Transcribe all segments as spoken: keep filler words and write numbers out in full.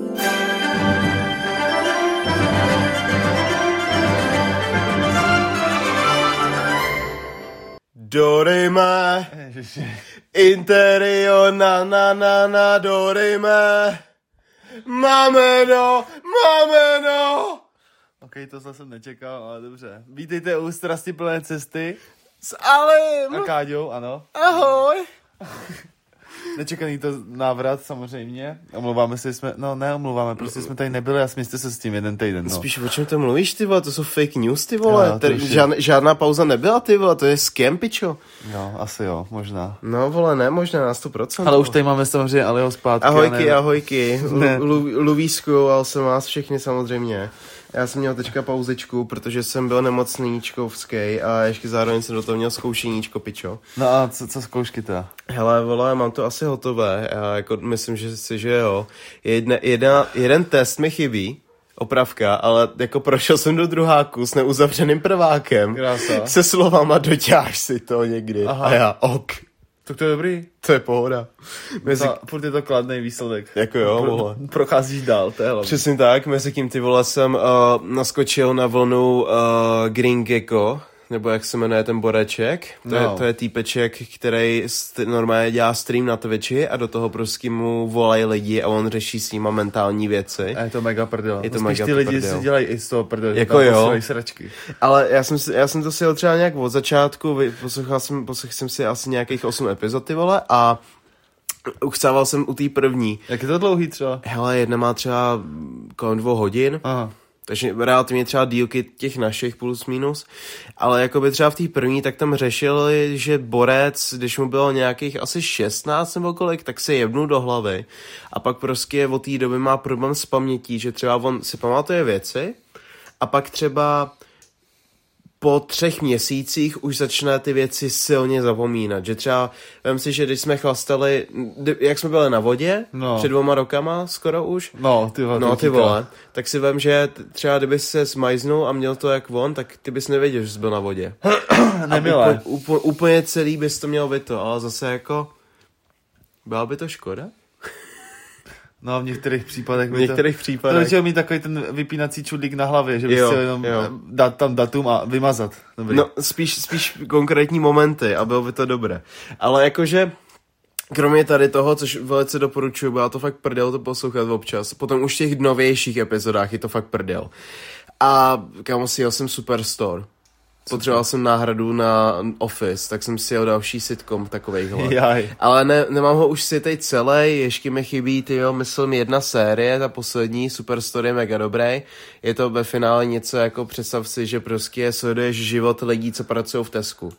Dorime, interior na na na na dorime, máme no, máme no. Ok, to zase jsem nečekal, ale dobře. Vítejte u Strastiplné cesty. S Alim. A Káďou, ano. Ahoj. Nečekaný to návrat, samozřejmě. Omlouváme se, jsme, no ne omlouváme, prostě jsme tady nebyli a smějte se s tím jeden týden, no. Spíš o čem to mluvíš, ty vole, to jsou fake news, ty vole. Jo, Tady žádná, žádná pauza nebyla, ty vole, to je scam, pičo. Jo, asi jo, možná. No vole, ne, možná na sto procent. Ale už tady máme samozřejmě Aliho zpátky. Ahojky, ne... ahojky, Luvísku, ale jsem vás všechny samozřejmě. Já jsem měl teďka pauzičku, protože jsem byl nemocníčkovský a ještě zároveň jsem do toho měl zkoušeníčko, pičo. No a co, co zkoušky teda? Hele, vole, mám to asi hotové, já jako myslím, že si, že jo. Jedne, jedna, jeden test mi chybí, opravka, ale jako prošel jsem do druháku s neuzavřeným prvákem. Krása. Se slovama doťáž si to někdy. Aha. A já, ok. Tak to je dobrý. To je pohoda. Mezi... Ta, furt je to kladný výsledek. Jako jo, Pro, vole. Procházíš dál, to je hlavně. Přesně tak, mezi tím ty vole jsem uh, naskočil na vlnu uh, Green Gecko, nebo jak se jmenuje ten boreček. To, no. je, to je týpeček, který st- normálně dělá stream na Twitchi a do toho prostě mu volají lidi a on řeší s nima mentální věci. A je to mega prdel. Je to no, mega ty lidi prdel. si dělají i z toho prdel. Jako jo. Sračky. Ale já jsem, si, já jsem to si jel třeba nějak od začátku, poslouchal jsem, poslouchal jsem si asi nějakých osm epizod, ty vole, a uchcával jsem u té první. Jak je to dlouhý třeba? Hele, jedna má třeba kolem dvou hodin. Aha. Takže relativně třeba dílky těch našich plus minus, ale jako by třeba v té první, tak tam řešili, že borec, když mu bylo nějakých asi šestnáct nebo kolik, tak se jebnul do hlavy a pak prostě od té doby má problém s pamětí, že třeba on si pamatuje věci a pak třeba po třech měsících už začne ty věci silně zapomínat, že třeba, vem si, že když jsme chlastali, jak jsme byli na vodě, no. Před dvoma rokama skoro už, no ty vole, no, ty vole, tak si vem, že třeba kdyby se smajznul a měl to jak on, tak ty bys nevěděl, že jsi byl na vodě. Nemilé. Úplně, úplně celý bys to měl být to, ale zase jako, byla by to škoda? No v některých případech. V některých to, případech. To chtěl mít takový ten vypínací čudlík na hlavě, že bys chtěl jenom jo. dát tam datum a vymazat. Dobrý. No spíš, spíš konkrétní momenty a bylo by to dobré. Ale jakože, kromě tady toho, což velice doporučuji, byla to fakt prdel to poslouchat občas. Potom už v těch novějších epizodách je to fakt prdel. A kámo, si jel jsem Superstore. Potřeboval jsem náhradu na Office, tak jsem si jel další sitcom takovejhle. Jaj. Ale ne, nemám ho už si teď celý, ještě mi chybí, tyjo, myslím jedna série, ta poslední, Superstore je mega dobrý. Je to ve finále něco jako, představ si, že prostě sleduješ život lidí, co pracují v Tesku.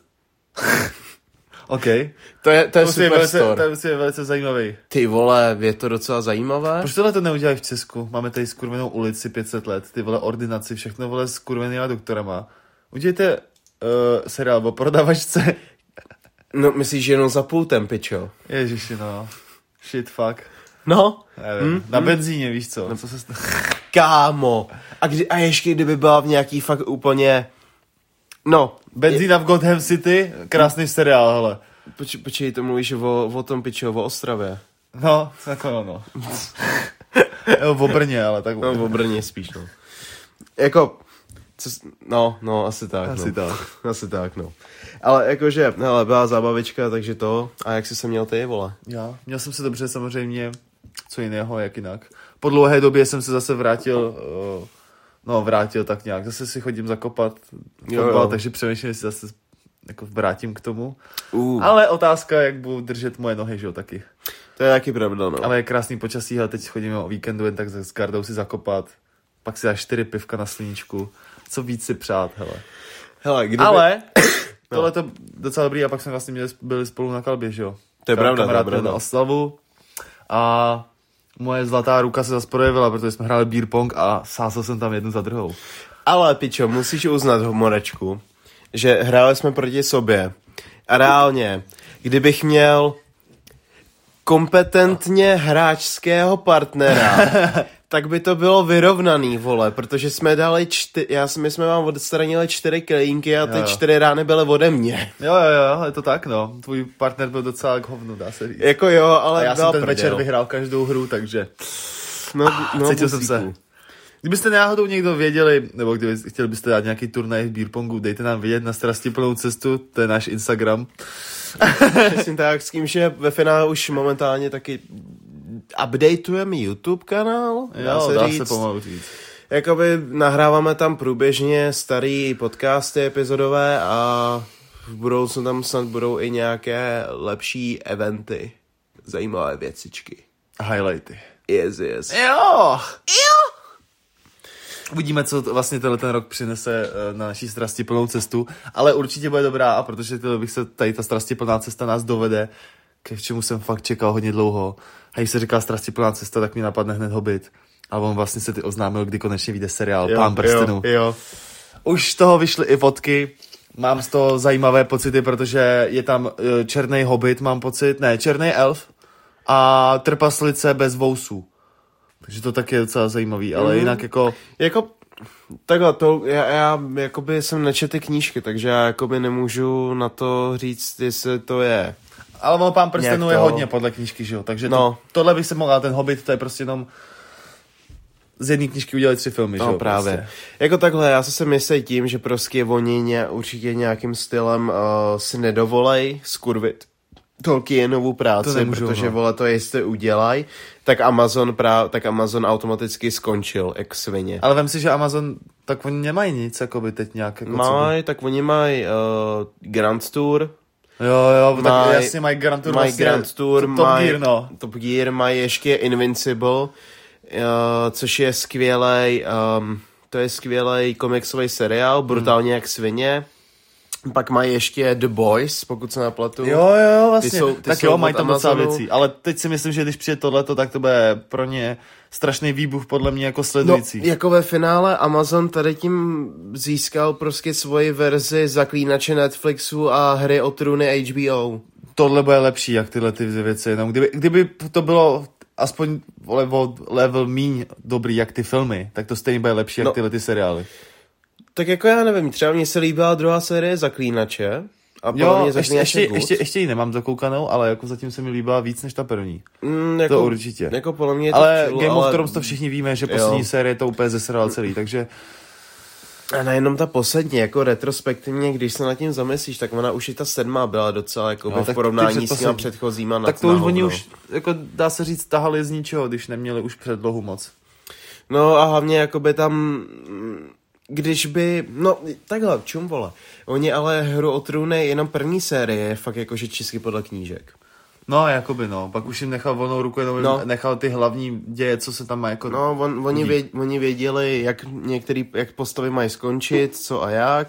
OK. To je, to je to Superstore. To je velice zajímavý. Ty vole, je to docela zajímavé. Proč tohle to neudělají v Česku? Máme tady skurvenou ulici pět set let, ty vole ordinaci, všechno vole skurvenýma doktorama. Udělejte uh, seriál o prodavačce. No, myslíš, že jenom za pultem, pičo? Ježiši, no. Shit, fuck. No. Nevím, hmm? Na hmm? benzíně, víš co? No. Co se st- Kámo. A, kdy, a ještě kdyby byla v nějaký fakt úplně... No. Benzína v Gotham City, krásný seriál, hele. Poč, počkej, to mluvíš o, o tom, pičo, o Ostravě. No, jako no, no. Jo, o Brně, ale tak... No, o Brně spíš, no. Jako... Co, no, no, asi tak, Asi no. tak. Asi tak, no. Ale jakože, hele, byla zábavička, takže to. A jak jsi se měl ty, vole? Já, měl jsem se dobře, samozřejmě. Co jiného, jak jinak. Po dlouhé době jsem se zase vrátil, uh, no vrátil tak nějak. Zase si chodím zakopat fotbal, takže přemýšlím, jestli zase jako vrátím k tomu. Uh. Ale otázka, jak budu držet moje nohy, že jo, taky. To je taky pravda, no. Ale je krásný počasí, ale teď chodíme o víkendu jen tak s Gardou si zakopat. Pak si dáš čtyři pivka na sluníčku. Co víc si přát, hele. Hele, kdyby... Ale tohle to docela dobrý a pak jsme vlastně měli, byli spolu na kalbě, že jo. To je pravda, to je pravda. Na oslavu a moje zlatá ruka se zase projevila, protože jsme hráli beer pong a sásal jsem tam jednu za druhou. Ale, pičo, musíš uznat, Homorečku, že hráli jsme proti sobě a reálně, kdybych měl kompetentně hráčského partnera, tak by to bylo vyrovnaný, vole, protože jsme dali čtyři, já si, my jsme vám odstranili čtyři kelínky a ty jo. čtyři rány byly ode mě. Jo, jo, jo, je to tak, no. Tvůj partner byl docela k hovnu, dá se říct. Jako jo, ale a já jsem ten prdel. večer vyhrál každou hru, takže... No, no, cítil jsem se. Kdybyste náhodou někdo věděli, nebo kdyby chtěli byste dát nějaký turnaj v beerpongu, dejte nám vědět na Strastiplnou cestu, to je náš Instagram. Přesně tak, s tím, že ve finále už momentálně taky updateujeme YouTube kanál. Dá jo, se dá říct. se pomalu říct. Jakoby nahráváme tam průběžně starý podcasty epizodové a v budoucnu tam snad budou i nějaké lepší eventy, zajímavé věcičky. Highlighty. Yes, yes. Jo! Jo! Uvidíme, co vlastně tenhle ten rok přinese na naší strastiplnou cestu, ale určitě bude dobrá, a protože bych se tady ta strastiplná cesta nás dovede, ke čemu jsem fakt čekal hodně dlouho. A když se říká strastiplná cesta, tak mi napadne hned Hobbit. A on vlastně se ty oznámil, kdy konečně vyjde seriál jo, Pán prstenů. Jo, jo. Už z toho vyšly i fotky, mám z toho zajímavé pocity, protože je tam černý Hobbit, mám pocit, ne, černý elf a trpaslice bez vousů. Takže to taky je docela zajímavý, ale mm. jinak jako... Jako, takhle, to, já, já jakoby jsem nečetl knížky, takže já jakoby nemůžu na to říct, jestli to je... Ale ono Pán prstenů to... je hodně podle knížky, že jo, takže no. to, tohle bych se mohl, ten Hobbit, to je prostě jenom... Z jedné knížky udělali tři filmy, no, že jo? Právě. Prostě. Jako takhle, já se si myslím tím, že prostě oni ně, určitě nějakým stylem uh, si nedovolej skurvit Tolkienovu práci, nemůžu, protože no. vole to jestli udělají, tak Amazon prá, tak Amazon automaticky skončil, jak svině. Ale vem si, že Amazon, tak oni nemají nic, jakoby teď nějak. Jako mají, tak oni mají uh, Grand Tour. Jo, jo, maj, tak jasně mají Grand Tour. Mají vlastně, Grand Tour, to, Top maj, Gear, no. Top Gear, mají ještě Invincible, uh, což je skvělej, um, to je skvělej komiksový seriál, brutálně hmm. jak svině. Pak mají ještě The Boys, pokud se napletu. Jo, jo, vlastně. Ty jsou, ty tak jsou jo, mají tam docela Amazonu. věcí. Ale teď si myslím, že když přijde tohleto, tak to bude pro ně strašný výbuch podle mě jako sledující. No, jako ve finále Amazon tady tím získal prostě svoji verzi Zaklínače Netflixu a Hry o trůny H B O. Tohle bude lepší, jak tyhle ty věci. Jenom kdyby, kdyby to bylo aspoň level, level míň dobrý, jak ty filmy, tak to stejně bude lepší, jak no. tyhle ty seriály. Tak jako já nevím, třeba mně se líbila druhá série Zaklínače. A jo, ještě, ještě, ještě, ještě ji nemám zakoukanou, ale jako zatím se mi líbila víc než ta první. Mm, jako, to určitě. Jako podle mě je to ale včilo, Game ale... of Thrones to všichni víme, že poslední jo. série to úplně zesrala celý, takže... A nejenom ta poslední, jako retrospektivně, když se nad tím zamyslíš, tak ona už i ta sedmá byla docela jako no, v porovnání s těma předchozíma. Tak to už oni už, jako dá se říct, tahali z ničeho, když neměli už předlohu moc. No a hlavně jakoby tam... Když by, no takhle, čum vole, oni ale Hru o trůny, jenom první série je fakt jakože čistě podle knížek. No, jakoby no, pak už jim nechal volnou ruku, jenom no. nechal ty hlavní děje, co se tam má jako... No, on, oni, věd, oni věděli, jak některý, jak postavy mají skončit, co a jak.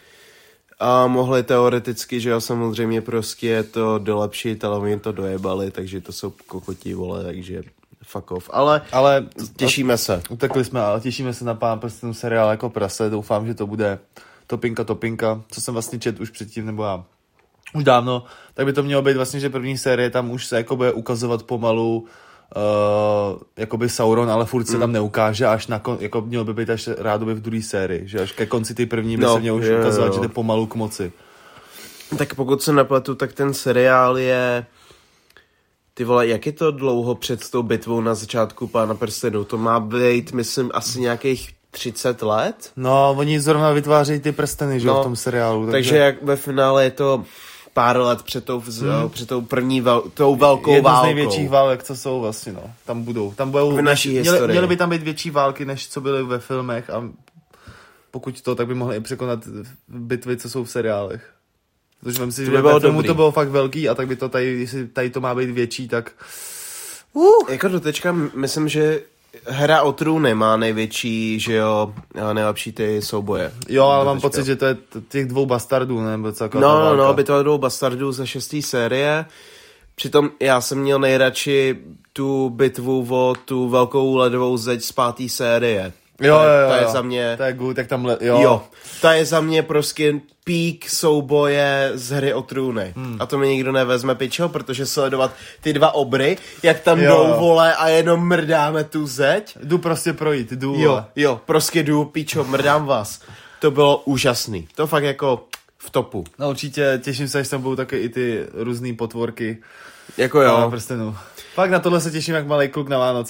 A mohli teoreticky, že jo, samozřejmě prostě to dolepšit, ale oni to dojebali, takže to jsou kokotí, vole, takže... Fuck off. Ale, ale těšíme se. Utekli jsme, ale těšíme se na Pán prstenů seriál jako prase. Doufám, že to bude topinka, topinka, co jsem vlastně čet už předtím, nebo já už dávno. Tak by to mělo být vlastně, že první série tam už se jako bude ukazovat pomalu uh, jakoby Sauron, ale furt se mm. tam neukáže, až na kon, jako mělo by být až rádoby v druhé sérii, že až ke konci ty první by no, se mělo už jo, ukazovat, jo. že jde pomalu k moci. Tak pokud se nepletu, tak ten seriál je... Ty vole, jak je to dlouho před tou bitvou na začátku Pána prstenů? To má být, myslím, asi nějakých třicet let? No, oni zrovna vytvářejí ty prsteny, že no, v tom seriálu. Takže... takže jak ve finále je to pár let před tou, hmm. před tou první vel, tou velkou Jedno válkou. Jedno z největších válek, co jsou vlastně, no. Tam budou. Tam budou v naší měly, historii. Měly by tam být větší války, než co byly ve filmech a pokud to, tak by mohli i překonat bitvy, co jsou v seriálech. Protože mám si, že ve filmu to bylo fakt velký a tak by to tady, jestli tady to má být větší, tak... Uh. Jako dotečka, myslím, že Hra o trůny má největší, že jo, nejlepší ty souboje. Jo, ale mám pocit, že to je těch dvou bastardů, ne? No, no, no, bitva dvou bastardů ze šesté série. Přitom já jsem měl nejradši tu bitvu o tu velkou ledovou zeď z páté série. Jo, ta, jo, jo. Ta je za mě... To je good, tak tam... Le... Jo. jo. Ta je za mě prostě pík souboje z Hry o trůny. Hmm. A to mi nikdo nevezme pičo, protože sledovat ty dva obry, jak tam jo. jdou, vole, a jenom mrdáme tu zeď. Jdu prostě projít, jdu. Jo, jo, prostě jdu, pičo, mrdám vás. To bylo úžasný. To fakt jako v topu. No určitě, těším se, že tam budou taky i ty různý potvorky. Jako jo. Na prstenu. Fakt na tohle se těším jak malej kluk na Vánoce.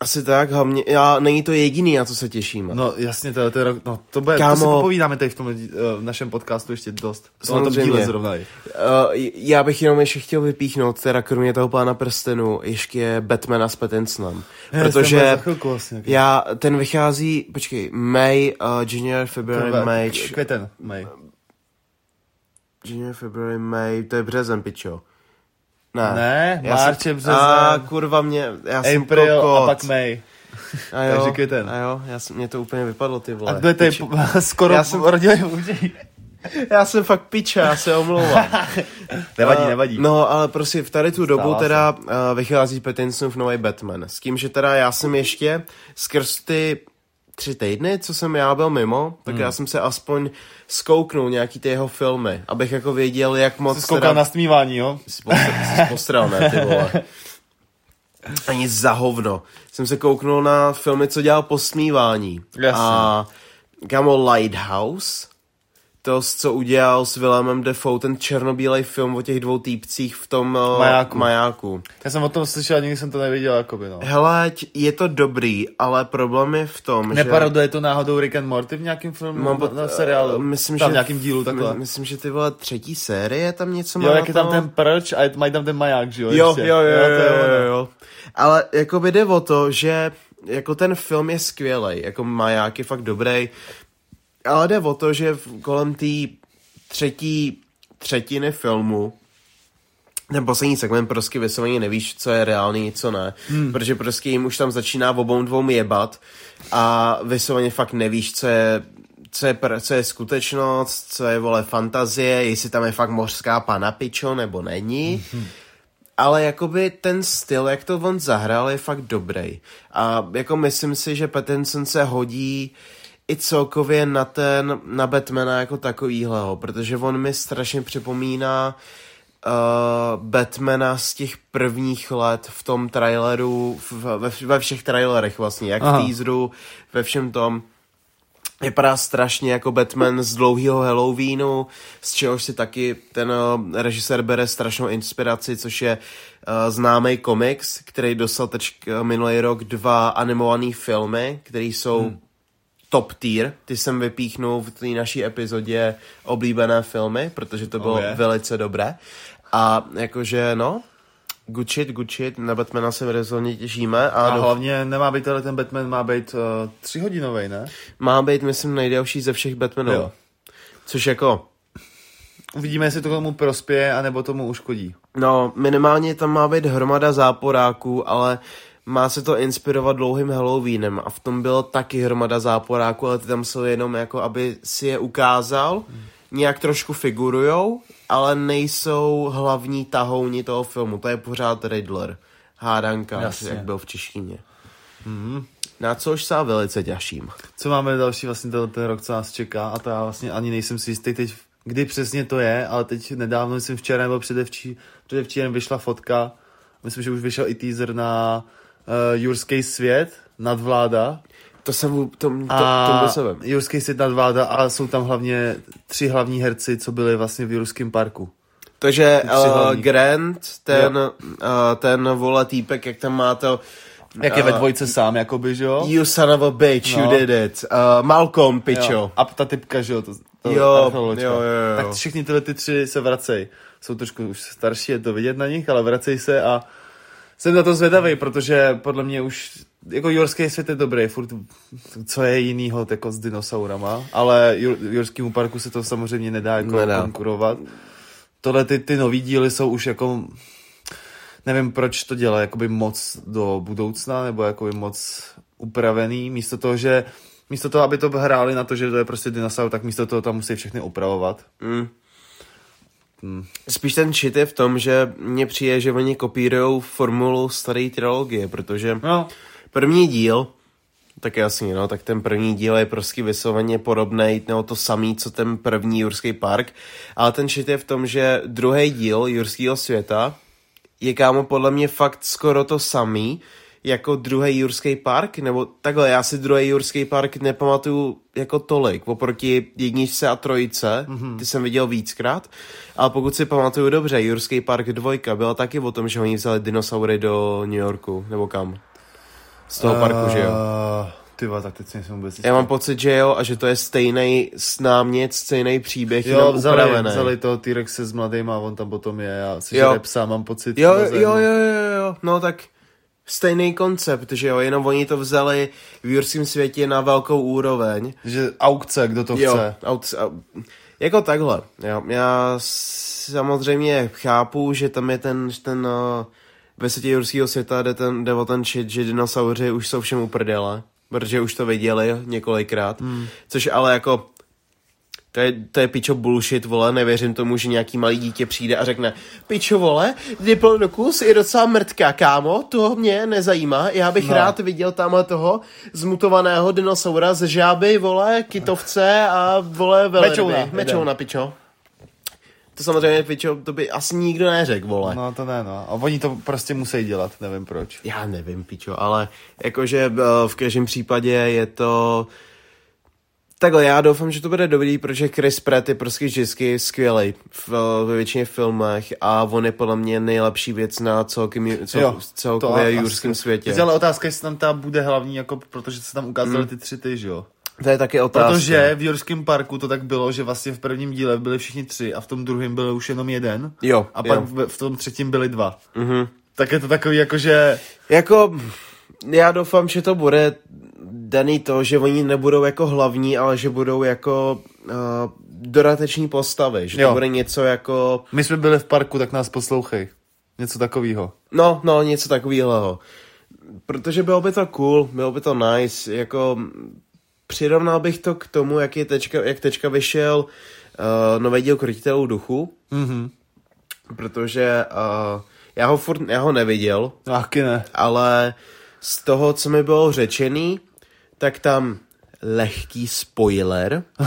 Asi tak, hlavně, já, není to jediný, na co se těším. No jasně, to, to, no, to, bude, to si popovídáme tady v tom uh, v našem podcastu ještě dost. Samozřejmě. Zrovna. Uh, já bych jenom ještě chtěl vypíchnout, teda kromě toho Pána prstenů, ještě Batmana s Pattinsonem. Protože vlastně, já, ten vychází, počkej, May, uh, January, February, Krve, May. Květen, May. January, February, May, to je březen, pičo. Ne, ne March je březen. A kurva mě, já April jsem kokot. A pak May. A jo, takže květen. A jo, já jsem, mě to úplně vypadlo, ty vole. A kdo je tady skoro já jsem rodilý údej. Já jsem fakt piča, já se omlouvám. nevadí, nevadí. Uh, no, ale prostě v tady tu dobu Stává teda uh, vychází Pattinsonův nový Batman. S tím, že teda já jsem ještě skrz ty tři týdny, co jsem já byl mimo, tak hmm. já jsem se aspoň zkouknul nějaký ty jeho filmy, abych jako věděl, jak moc... Jsi zkoukal teda... na stmívání, jo? Jsi postral, ne, ty vole. Ani za hovno. Jsem se kouknul na filmy, co dělal po smívání. Jasně. A kámo Lighthouse, to, co udělal s Willemem Dafoe, ten černobílej film o těch dvou týpcích v tom majáku. majáku. Já jsem o tom slyšel, nikdy jsem to neviděl, jakoby, no. Hele, je to dobrý, ale problém je v tom, Neparoduje že... Neparoduje to náhodou Rick and Morty v nějakém filmu, Mám na, na seriálu? Myslím, tam že... v nějakém dílu, takhle. My, myslím, že ty vole třetí série tam něco má. Jo, jak je tam ten prč a mají tam ten maják, že jo? Jo, jo, jo, jo, jo, jo, jo. Ale jako by jde o to, že jako ten film je skvělej, jako maják je fakt dobrý, ale jde o to, že kolem té třetí třetiny filmu ten poslední segment prostě vysloveně nevíš, co je reálný, co ne, hmm. protože prostě jim už tam začíná obou dvou jebat a vysloveně fakt nevíš, co je co je, co je skutečnost, co je, vole, fantazie, jestli tam je fakt mořská pana pičo, nebo není. Hmm. Ale jakoby ten styl, jak to on zahrál, je fakt dobrý. A jako myslím si, že Pattinson se hodí i celkově na ten, na Batmana jako takovýhleho, protože on mi strašně připomíná uh, Batmana z těch prvních let v tom traileru, ve, ve všech trailerech vlastně, jak Aha. v teaseru, ve všem tom. Vypadá strašně jako Batman z dlouhého Halloweenu, z čehož si taky ten uh, režisér bere strašnou inspiraci, což je uh, známý komiks, který dostal teď uh, minulý rok dva animované filmy, které jsou hmm. top tier. Ty jsem vypíchnul v té naší epizodě oblíbené filmy, protože to bylo oh, yeah. velice dobré. A jakože no, good shit, good shit, na Batmana se rozhodně těšíme. A, a do... hlavně nemá být, ale ten Batman má být uh, třihodinovej, ne? Má být, myslím, nejdelší ze všech Batmanů. Jo. Což jako... Uvidíme, jestli to tomu prospěje, anebo tomu uškodí. No, minimálně tam má být hromada záporáků, ale má se to inspirovat dlouhým Halloweenem a v tom bylo taky hromada záporáků, ale ty tam jsou jenom jako, aby si je ukázal, hmm. nějak trošku figurujou, ale nejsou hlavní tahouni toho filmu. To je pořád Riddler. Hádanka, Jasně. jak byl v češtině. Mm-hmm. Na což se velice těším. Co máme další vlastně ten, ten rok, co nás čeká, a to já vlastně ani nejsem si jistý teď, kdy přesně to je, ale teď nedávno jsem včera nebo předevčí, předevčírem vyšla fotka, myslím, že už vyšel i teaser na uh, Jurský svět, Nadvláda. To jsem, to, to, a to byl Jurský svět, Nadvláda, a jsou tam hlavně tři hlavní herci, co byli vlastně v Jurském parku. Takže uh, Grant, ten, uh, ten vole týpek, jak tam má to... Jak je uh, ve dvojce sám, jakoby, že jo? You son of a bitch, no. You did it. Uh, Malcolm, pičo. Jo. A ta typka, že jo? To, to jo, jo, jo, jo. Tak všichni tyhle ty tři se vracej. Jsou trošku už starší, je to vidět na nich, ale vracej se a jsem na to zvědavý, protože podle mě už jako Jurský svět je dobrý, furt co je jinýho jako s dinosaurama, ale Jur, Jurskému parku se to samozřejmě nedá jako nedá. konkurovat. Tohle ty, ty nový díly jsou už jako, nevím proč to dělá, jakoby moc do budoucna, nebo jakoby moc upravený, místo toho, že místo toho, aby to hráli na to, že to je prostě dinosaur, tak místo toho tam musí všechny opravovat. Mm. Hmm. Spíš ten shit je v tom, že mně přijde, že oni kopírujou formulu staré trilogie, protože no. první díl, tak jasně, no, tak ten první díl je prostě vysloveně podobnej, nebo to samý, co ten první Jurský park, ale ten shit je v tom, že druhý díl Jurského světa je, kámo, podle mě fakt skoro to samý, jako druhý Jurský park, nebo takhle, já si druhý Jurský park nepamatuju jako tolik, oproti jedničce a trojice, mm-hmm. ty jsem viděl víckrát, ale pokud si pamatuju dobře, Jurský park dvojka byla taky o tom, že oni vzali dinosaury do New Yorku, nebo kam? Z toho parku, že jo? Tyva, tak teď si nejsem vůbec jistý. Já mám pocit, že jo, a že to je stejný námět, stejný příběh, jo, jenom vzali, upravený. vzali toho T-Rexe s mladýma, on tam potom je a si jo. žere psa, mám pocit. Jo, jo, jo, jo, jo, no tak stejný koncept, že jo, jenom oni to vzali v jurském světě na velkou úroveň. Že aukce, kdo to jo, chce. Aukce, jako takhle, jo, já samozřejmě chápu, že tam je ten, ten uh, ve světě jurského světa jde, ten, jde o ten shit, že dinosauři už jsou všem uprdele, protože už to viděli několikrát, hmm. což ale jako to je, to je pičo bullshit, vole, nevěřím tomu, že nějaký malý dítě přijde a řekne pičo, vole, Diplodocus je docela mrtká, kámo, to mě nezajímá, já bych no. rád viděl tamhle toho zmutovaného dinosaura z žáby, vole, kytovce a vole velryby. Mečouna, pičo. To samozřejmě, pičo, to by asi nikdo neřekl, vole. No to ne, no. A oni to prostě musí dělat, nevím proč. Já nevím, pičo, ale jakože v každém případě je to... Takhle, já doufám, že to bude dobrý, protože Chris Pratt je prostě vždycky skvělej v, ve většině filmech a on je podle mě nejlepší věc na celkem, cel, celkově jurském světě. Ale otázka, jestli tam ta bude hlavní, jako, protože se tam ukázaly hmm. ty tři ty, že jo? To je taky otázka. Protože v Jurském parku to tak bylo, že vlastně v prvním díle byli všichni tři a v tom druhém byl už jenom jeden. Jo. A pak jo. v, v tom třetím byli dva. Mhm. Tak je to takový jako, že... Jako, já doufám, že to bude daný to, že oni nebudou jako hlavní, ale že budou jako uh, dodateční postavy. Že jo. To bude něco jako... My jsme byli v parku, tak nás poslouchej. Něco takového. No, no, něco takového. Protože bylo by to cool, bylo by to nice, jako... Přirovnal bych to k tomu, jak, je tečka, jak teďka vyšel uh, nový díl Krotitelů duchu, mm-hmm. protože uh, já ho furt, já ho neviděl, Achky ne. ale z toho, co mi bylo řečený, tak tam lehký spoiler, uh,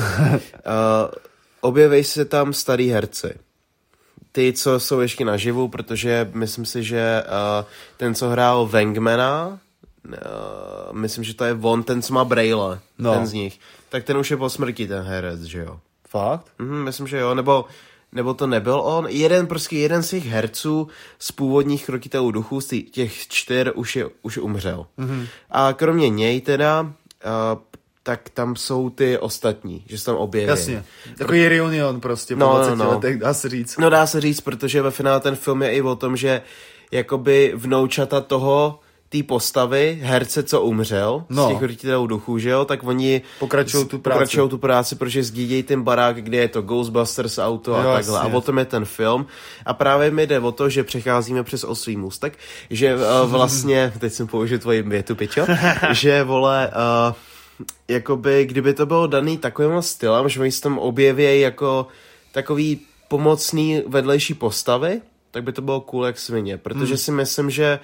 objeví se tam starý herci. Ty, co jsou ještě naživu, protože myslím si, že uh, ten, co hrál Wangmana, Uh, myslím, že to je on, ten, co má brejle, no. ten z nich. Tak ten už je po smrti, ten herec, že jo. Fakt? Mhm, myslím, že jo, nebo, nebo to nebyl on. Jeden, prostě jeden z těch herců z původních Krotitelů duchů, z těch čtyř, už, je, už umřel. Mm-hmm. A kromě něj teda, uh, tak tam jsou ty ostatní, že se tam objeví. Jasně, takový reunion prostě po no, dvaceti no, no. letech, dá se říct. No dá se říct, protože ve finále ten film je i o tom, že jakoby vnoučata toho té postavy, herce, co umřel, no. z těch Krotitelů duchů, že jo, tak oni pokračují tu práci. Pokračují tu práci, protože sdídějí ten barák, kde je to Ghostbusters auto a jo, takhle. Jasně. A o tom je ten film. A právě mi jde o to, že přecházíme přes Oslý můstek, že uh, vlastně, teď jsem použil tvoji větu, pičo, že vole, uh, jakoby, kdyby to bylo daný takovým stylem, že oni se tam objeví jako takový pomocný vedlejší postavy, tak by to bylo cool jak svině, protože hmm. si myslím, že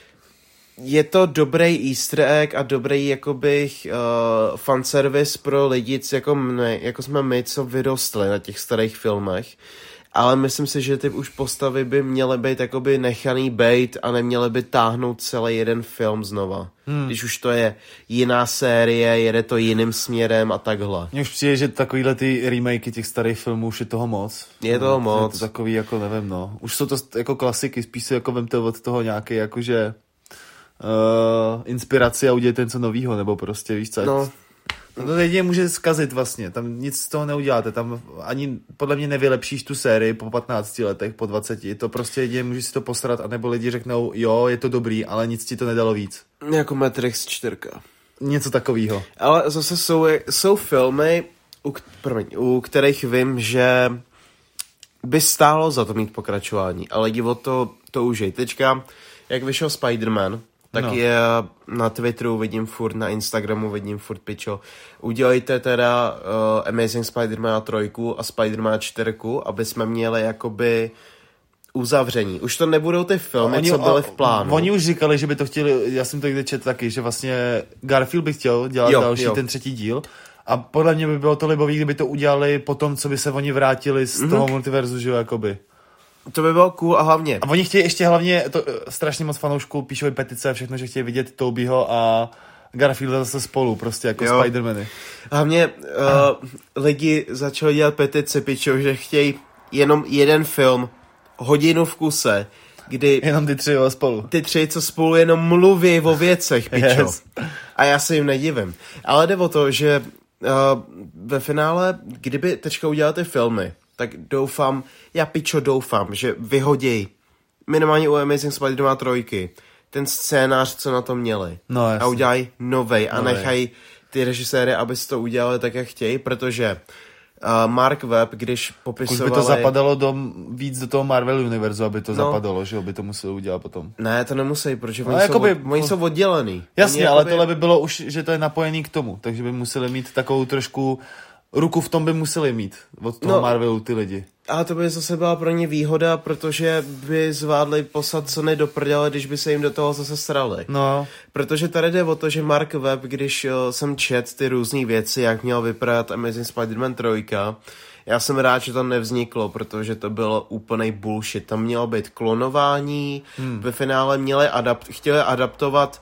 je to dobrý easter egg a dobrý jakoby uh, fanservice pro lidi, jako, mne, jako jsme my, co vyrostli na těch starých filmech. Ale myslím si, že ty už postavy by měly být jakoby nechaný bejt a neměly by táhnout celý jeden film znova. Hmm. Když už to je jiná série, jede to jiným směrem a takhle. Mně už přijde, že takovýhle ty remakey těch starých filmů už je toho moc. Je toho no, moc. Je to takový, jako nevím, no. Už jsou to jako klasiky, spíš si jako vemte od toho nějaký, jakože uh, inspiraci a udějte něco novýho, nebo prostě, víš co? No. No to jedině může zkazit vlastně, tam nic z toho neuděláte, tam ani podle mě nevylepšíš tu sérii po patnácti letech, po dvaceti, to prostě jedině můžeš si to posrat, anebo lidi řeknou, jo, je to dobrý, ale nic ti to nedalo víc. Jako Matrix čtyři. Něco takového. Ale zase jsou, jsou filmy, u, promiň, u kterých vím, že by stálo za to mít pokračování, ale lidi o to toužej. Teďka, jak vyšel Spider-Man, tak no. je na Twitteru vidím furt, na Instagramu vidím furt pičo. Udělejte teda uh, Amazing Spider-Man trojku a Spider-Man čtyřku, aby jsme měli jakoby uzavření. Už to nebudou ty filmy, oni, co byly v plánu. Oni už říkali, že by to chtěli, já jsem to někde četl taky, že vlastně Garfield by chtěl dělat jo, další jo. ten třetí díl. A podle mě by bylo to libový, kdyby to udělali potom, co by se oni vrátili z mm-hmm. toho multiverzu, že jo, jakoby. To by bylo cool a hlavně. A oni chtějí ještě hlavně, to strašně moc fanoušků píšou petice a všechno, že chtějí vidět Tobyho a Garfielda zase spolu, prostě jako jo. Spider-Many. Hlavně uh, lidi začali dělat petice, pičou, že chtějí jenom jeden film, hodinu v kuse, kdy... Jenom ty tři spolu. Ty tři, co spolu jenom mluví o věcech, pičo. Yes. A já se jim nedivím. Ale jde o to, že uh, ve finále, kdyby teďka udělali ty filmy, tak doufám, já pičo doufám, že vyhoděj minimálně u Amazing Spider-Man trojky ten scénář, co na to měli. No, a udělají novej a novej. Nechají ty režiséry, aby si to udělali tak, jak chtějí, protože uh, Mark Webb, když popisovali... Už by to zapadalo do, víc do toho Marvel univerzu, aby to no. zapadalo, že by to museli udělat potom. Ne, to nemusí, protože no, oni, jakoby, jsou, od, oni jsou oddělený. Jasně, oni ale jakoby... tohle by bylo už, že to je napojený k tomu, takže by museli mít takovou trošku... Ruku v tom by museli mít od toho no, Marvelu ty lidi. Ale to by zase byla pro ně výhoda, protože by zvládli poslat Sony do prdele, když by se jim do toho zase srali. No. Protože tady jde o to, že Mark Webb, když jo, jsem čet ty různý věci, jak měl vypadat Amazing Spider-Man tři, já jsem rád, že to nevzniklo, protože to bylo úplnej bullshit. Tam mělo být klonování, hmm. ve finále měli adapt- chtěli adaptovat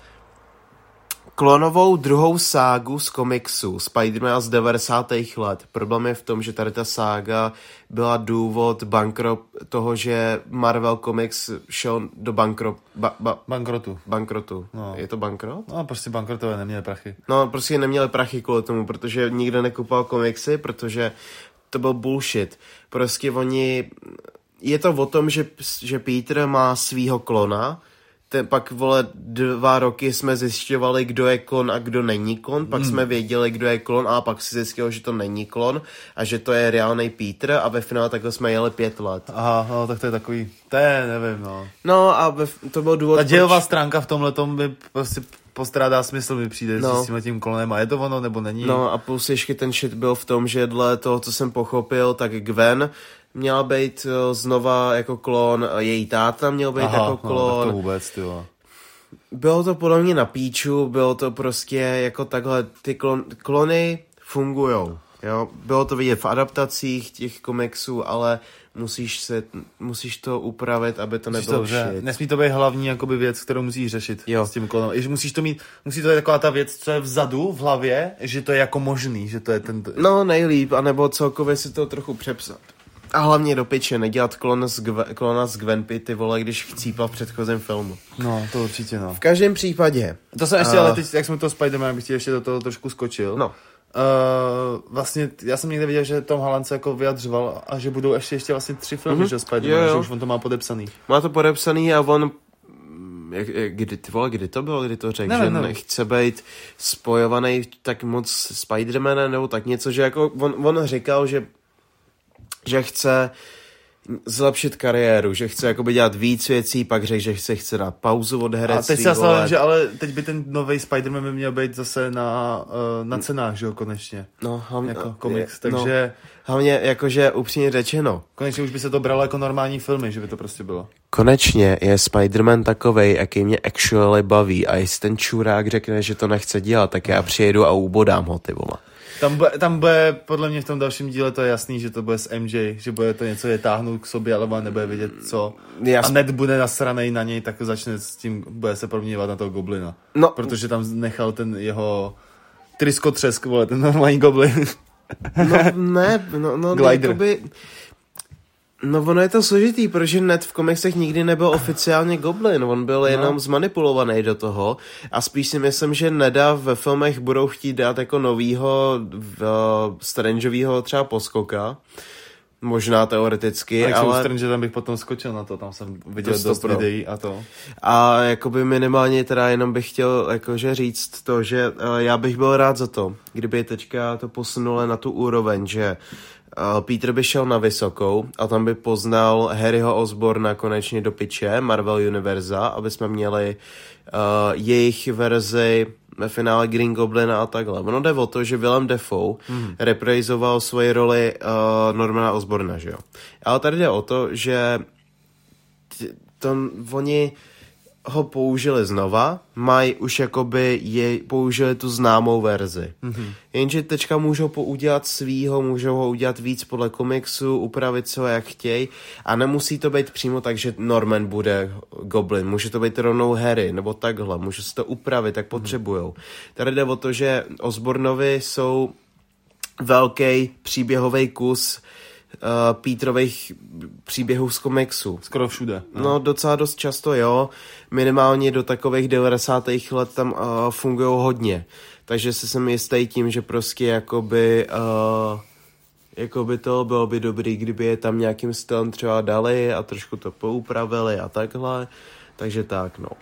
klonovou druhou ságu z komiksu Spider-Man z devadesátých let. Problém je v tom, že tady ta sága byla důvod bankrot toho, že Marvel Comics šel do bankrot... Ba, ba, bankrotu. Bankrotu. No. Je to bankrot? No, prostě bankrotové, neměli prachy. No, prostě neměli prachy kvůli tomu, protože nikdo nekupoval komiksy, protože to byl bullshit. Prostě oni... Je to o tom, že, že Peter má svýho klona. Ten, pak, vole, dva roky jsme zjišťovali, kdo je klon a kdo není klon, pak mm. jsme věděli, kdo je klon, a pak si zjistilo, že to není klon a že to je reálnej Peter a ve finále takhle jsme jeli pět let. Aha, no, tak to je takový, to je, nevím, no. No a ve, to byl důvod... Ta dějová proč... stránka v tomhletom by prostě postrádá smysl, mi přijde no. s tím tím klonem a je to ono, nebo není. No a plus ještě ten shit byl v tom, že dle toho, co jsem pochopil, tak Gwen měla být znova jako klon, její táta měl být Aha, jako klon. No, tak to vůbec, tyjo. Bylo to podle mě na píču, bylo to prostě jako takhle, ty klon, klony fungujou, jo. Bylo to vidět v adaptacích těch komiksů, ale musíš se, musíš to upravit, aby to musíš nebylo shit. Nesmí to být hlavní jakoby věc, kterou musíš řešit jo. s tím klonem. I musíš to mít, musí to být taková ta věc, co je vzadu v hlavě, že to je jako možný, že to je ten... No nejlíp, anebo celkově si to trochu přepsat. A hlavně do piče, nedělat klon z Gw- klona z Gwenpy, ty vole, když chcípal v předchozím filmu. No, to určitě, no. V každém případě. To jsem ještě, uh... ale teď, jak jsme to Spider-Man, bych ti ještě do toho trošku skočil. No. Uh, vlastně, já jsem někde viděl, že Tom Holland se jako vyjadřoval a že budou ještě, ještě vlastně tři filmy, mm-hmm. že Spider-Man, že už on to má podepsaný. Má to podepsaný a on... Jak, jak, kdy, ty vole, kdy to bylo, kdy to řekl, že ne. nechce být spojovaný tak moc s Spider-Manem, nebo tak něco, že jako on, on říkal, že že chce zlepšit kariéru, že chce jakoby dělat víc věcí, pak řekl, že chce, chce dát pauzu od herectví. A teď si já slavím, že ale teď by ten nový Spider-Man by měl být zase na, na cenách, že jo, konečně. No, hlavně, jako komiks, takže... No, hlavně, jakože upřímně řečeno. Konečně už by se to bralo jako normální filmy, že by to prostě bylo. Konečně je Spider-Man takovej, jaký mě actually baví, a jestli ten čurák řekne, že to nechce dělat, tak já přijedu a ubodám ho, ty vole. Tam bude, tam bude, podle mě v tom dalším díle to je jasný, že to bude s M J, že bude to něco je táhnout k sobě, ale on nebude vědět co. Jas... A Ned bude nasranej na něj, tak začne s tím, bude se proměňovat na toho goblina. No. Protože tam nechal ten jeho tryskotřesk, vole, ten normální goblin. No ne, no, no jakoby... No ono je to složitý, protože Ned v komiksech nikdy nebyl oficiálně goblin, on byl no. jenom zmanipulovaný do toho a spíš si myslím, že Neda ve filmech budou chtít dát jako novýho uh, Strangeovýho třeba poskoka, možná teoreticky, a ale... A Strange tam bych potom skočil na to, tam jsem viděl to dost videí a to. A jakoby minimálně teda jenom bych chtěl jakože říct to, že uh, já bych byl rád za to, kdyby teďka to posunulo na tu úroveň, že Peter by šel na vysokou a tam by poznal Harryho Osborna konečně do piče Marvel Univerza, aby jsme měli uh, jejich verzi ve finále Green Goblina a takhle. Ono jde o to, že Willem Dafoe mm. reprizoval svoji roli uh, Normana Osborna, že jo. Ale tady jde o to, že t- to, oni ho použili znova, mají už jakoby je, použili tu známou verzi. Mm-hmm. Jenže teďka můžou poudělat svýho, můžou ho udělat víc podle komiksu, upravit se ho jak chtějí a nemusí to být přímo tak, že Norman bude Goblin, může to být rovnou Harry, nebo takhle, může se to upravit, tak potřebujou. Mm-hmm. Tady jde o to, že Osbornovi jsou velký příběhový kus Petrových příběhů z komiksu. Skoro všude. No. no docela dost často, jo. Minimálně do takových devadesátých let tam uh, fungují hodně. Takže si jsem jistý tím, že prostě jakoby... Uh, jakoby to bylo by dobrý, kdyby je tam nějakým stylem třeba dali a trošku to poupravili a takhle. Takže tak, no.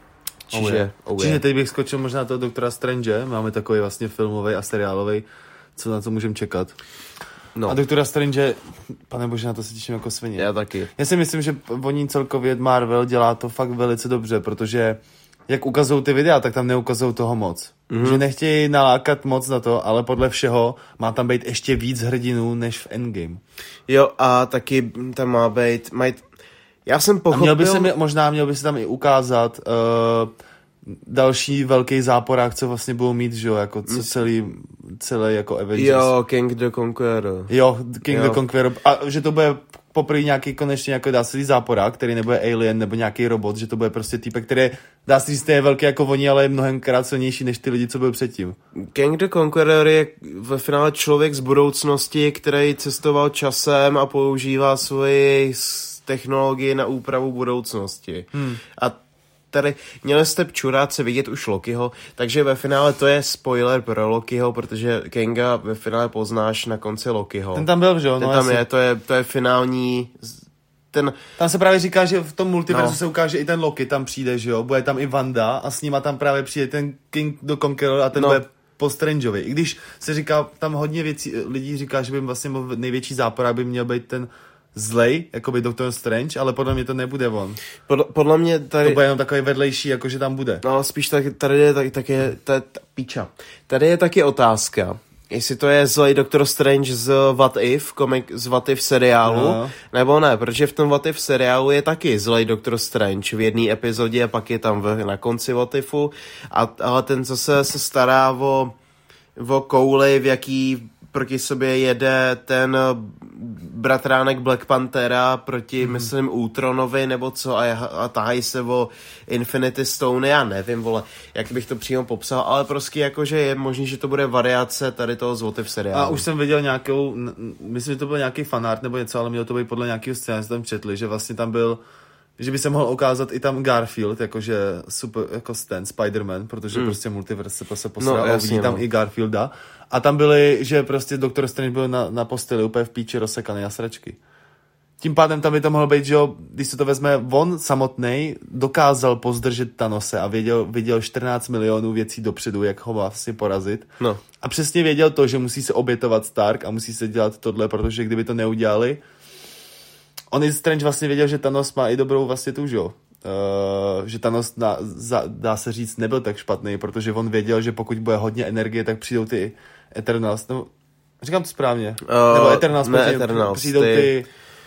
Čiže, oh oh Čiže teď bych skočil možná toho Doktora Strange. Máme takový vlastně filmový a seriálový, co na to můžeme čekat. No. A Doktora Strange, pane bože, na to se těším jako svině. Já taky. Já si myslím, že oni celkově Marvel dělá to fakt velice dobře, protože jak ukazují ty videa, tak tam neukazují toho moc. Mm-hmm. Že nechtějí nalákat moc na to, ale podle všeho má tam být ještě víc hrdinů než v Endgame. Jo, a taky tam má být... Maj... Já jsem pochopil... A měl by se mi, možná měl by se tam i ukázat uh, další velký záporák, co vlastně budou mít, že jo, jako co celý, celý jako Avengers. Jo, King the Conqueror. Jo, King jo. the Conqueror. A že to bude poprvé nějaký konečně jako dá se říct záporák, který nebude alien nebo nějaký robot, že to bude prostě týpek, který dá se říct, je velký jako oni, ale je mnohem krát silnější než ty lidi, co byl předtím. King the Conqueror je ve finále člověk z budoucnosti, který cestoval časem a používá svoji technologii na úpravu budoucnosti. Hmm. A tady měli jste čurát se vidět už Lokiho, takže ve finále to je spoiler pro Lokiho, protože Kinga ve finále poznáš na konci Lokiho. Ten tam byl, že jo? Ten no, tam asi. je, to je, to je finální... Ten... Tam se právě říká, že v tom multiverzu no. se ukáže i ten Loki tam přijde, že jo? Bude tam i Wanda a s nima tam právě přijde ten King the Conqueror a ten no. bude po Strangeovi. I když se říká, tam hodně věcí, lidí říká, že by vlastně největší záporák by měl být ten zlej, jako by Doctor Strange, ale podle mě to nebude on. Podle, podle mě tady... To bude jenom takový vedlejší, jakože tam bude. No, spíš tak, tady je tak, tak je, ta, ta, píča. Tady je taky otázka, jestli to je zlej Doctor Strange z What If, komik, z What If seriálu, no. nebo ne, protože v tom What If seriálu je taky zlej Doctor Strange v jedné epizodě a pak je tam v, na konci What Ifu, a, ale ten zase se stará o, o kouli, v jaký proti sobě jede ten bratránek Black Panthera proti, mm. myslím, Ultronovi nebo co a, a tahají se o Infinity Stone, já nevím, vole, jak bych to přímo popsal, ale prostě jakože je možný, že to bude variace tady toho z What If seriálu. A už jsem viděl nějakou, myslím, že to byl nějaký fanart nebo něco, ale mělo to být podle nějakého scénáře, tam četli, že vlastně tam byl, že by se mohl ukázat i tam Garfield, jakože super, jako Stan, Spider-Man, protože mm. prostě multiverse se prostě posral no, a vidí tam no. i Garfielda. A tam byly, že prostě Doktor Strange byl na, na posteli úplně v píči rozsekaný na sračky. Tím pádem tam by to mohlo být, že jo, když se to vezme, on samotnej dokázal pozdržet Thanose a věděl, viděl čtrnáct milionů věcí dopředu, jak ho vlastně porazit. No. A přesně věděl to, že musí se obětovat Stark a musí se dělat tohle, protože kdyby to neudělali, on i Strange vlastně věděl, že Thanos má i dobrou vlastně tu, že jo. Uh, že Thanos na, za, dá se říct nebyl tak špatný, protože on věděl, že pokud bude hodně energie, tak přijdou ty Eternals, nebo říkám to správně, uh, nebo Eternals, ne, Eternals přijdou ty, ty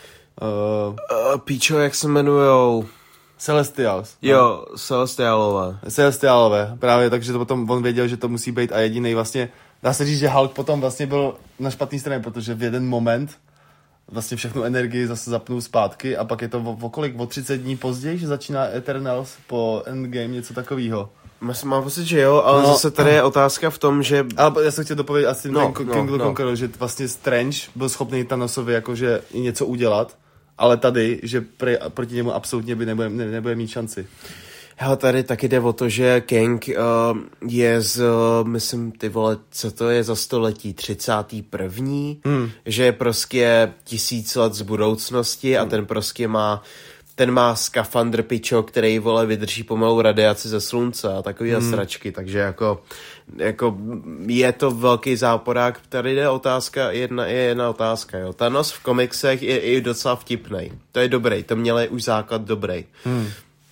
uh, uh, píčo, jak se jmenujou? Celestials. No. Jo, Celestialové. Celestialové, právě, takže to potom on věděl, že to musí být a jedinej vlastně, dá se říct, že Hulk potom vlastně byl na špatný straně, protože v jeden moment vlastně všechnu energii zase zapnou zpátky a pak je to o, o kolik, o třicet dní později, že začíná Eternals po Endgame, něco takového. Mám pocit, že jo, ale no, zase tady je otázka v tom, že... Ale já jsem chtěl dopovědět asi no, ten no, King no. the Conqueror, že vlastně Strange byl schopný Thanosovi jakože i něco udělat, ale tady, že pre, proti němu absolutně by nebude, ne, nebude mít šanci. Hele, tady taky jde o to, že Kang uh, je z, uh, myslím, ty vole, co to je za století, třicátý první Hmm. Že je prostě tisíc let z budoucnosti a hmm. ten prostě má, ten má skafandr pičo, který, vole, vydrží pomalu radiaci ze slunce a takový hmm. sračky, takže jako, jako je to velký záporák. Tady jde otázka, jedna, je jedna otázka, jo. Thanos v komiksech je i docela vtipnej. To je dobrý, to měl už základ dobrý. Hmm.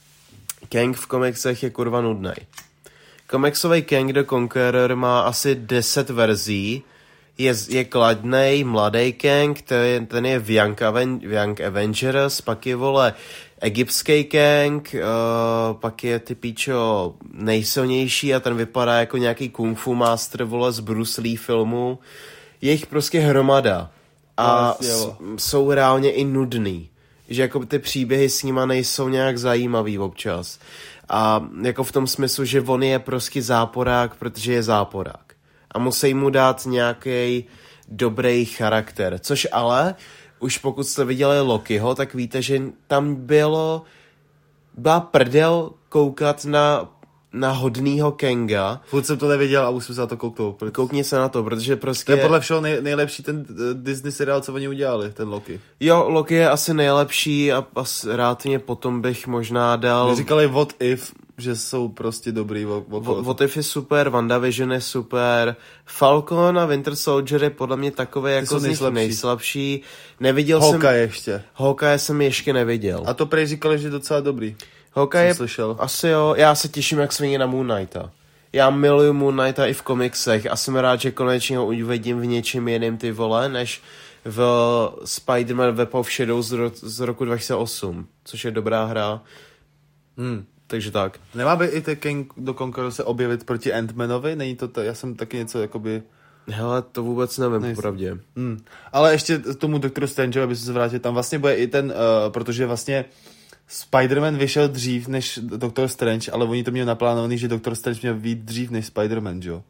Kang v komiksech je kurva nudnej. Komiksový Kang the Conqueror má asi deset verzí. Je, je kladnej, mladý Kang, ten, ten je v Young, Aven, v Young Avengers, pak je, vole, egyptský Kang, uh, pak je ty píčo nejsilnější a ten vypadá jako nějaký kung fu master, vole, z Bruce Lee filmu. Je jich prostě hromada. A no, s, jsou reálně i nudný. Že jako ty příběhy s nima nejsou nějak zajímavý občas. A jako v tom smyslu, že on je prostě záporák, protože je záporák. A musí mu dát nějaký dobrý charakter, což ale, už pokud jste viděli Lokiho, tak víte, že tam bylo, byla prdel koukat na, na hodnýho Kanga. Furt jsem to neviděl a už jsem se na to kouknul. Koukni se na to, protože prostě... To je podle všeho nej, nejlepší ten Disney seriál, co oni udělali, ten Loki. Jo, Loki je asi nejlepší a, a rád mě potom bych možná dal... Mě říkali What If, že jsou prostě dobrý. What If je super, WandaVision je super, Falcon a Winter Soldier je podle mě takový jako z nich nejslabší. Neviděl Hawkeye jsem... ještě. Hawkeye jsem ještě neviděl. A to prej říkali, že je docela dobrý. Hawkeye je... Slyšel. Asi jo, já se těším jak svině na Moon Knighta. Já miluju Moon Knighta i v komiksech a jsem rád, že konečně ho uvidím v něčem jiným ty vole, než v Spider-Man Web of Shadows z, ro- z roku dva tisíce osm, což je dobrá hra. Hmm. Takže tak. Nemá by i ten King do Conqueror se objevit proti Ant-Manovi? Není to to, já jsem taky něco jakoby... Hele, to vůbec nevím, popravdě. Hmm. Ale ještě tomu doktoru Strange, aby se vrátil, tam vlastně bude i ten, uh, protože vlastně Spider-Man vyšel dřív než doktor Strange, ale oni to měli naplánovaný, že doktor Strange měl být dřív než Spider-Man, jo?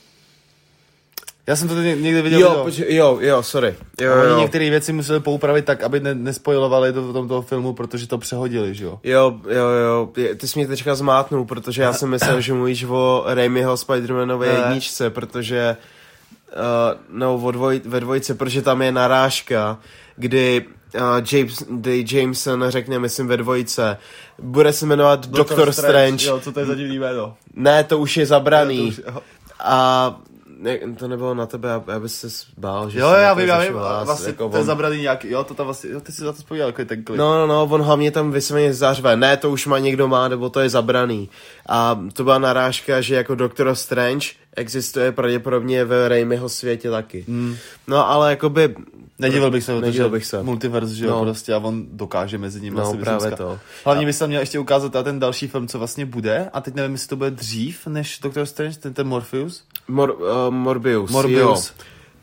Já jsem to někde viděl. Jo, poč- jo, jo, sorry. Jo, a oni jo. některé věci museli poupravit tak, aby ne- nespojilovali to v tomto filmu, protože to přehodili, že jo? Jo, jo, jo. Ty jsi mě teďka zmátnul, protože já jsem myslel, že mluvíš o Raimiho Spider-Manové jedničce, protože uh, no, o dvoj, ve dvojce, protože tam je narážka, kdy uh, James, kdy Jameson řekne, myslím, ve dvojce, bude se jmenovat Doctor, Doctor Strange. Strange. Jo, co to je za divný jméno? Ne, to už je zabraný. Ne, to už, a ne, to nebylo na tebe, aby se bál, že jo, já vím, já vím, vlastně jako ten on... zabraný nějaký, jo, to tam vlastně, jo, ty si za to vzpomněl, jako je ten klip. No, no, no, on hlavně tam vysvětleně zařve, ne, to už má někdo má, nebo to je zabraný. A to byla narážka, že jako Doctor Strange existuje pravděpodobně v Raimiho světě taky. Hmm. No, ale jakoby... Nedivil bych se, Nedivil bych se. Multiverse, že jo, no. Prostě a on dokáže mezi nimi. No, právě to. Hlavně bys tam měl ještě ukázat a ten další film, co vlastně bude, a teď nevím, jestli to bude dřív než Doctor Strange, ten, ten Morpheus. Mor, uh, Morbius, Morbius. Jo.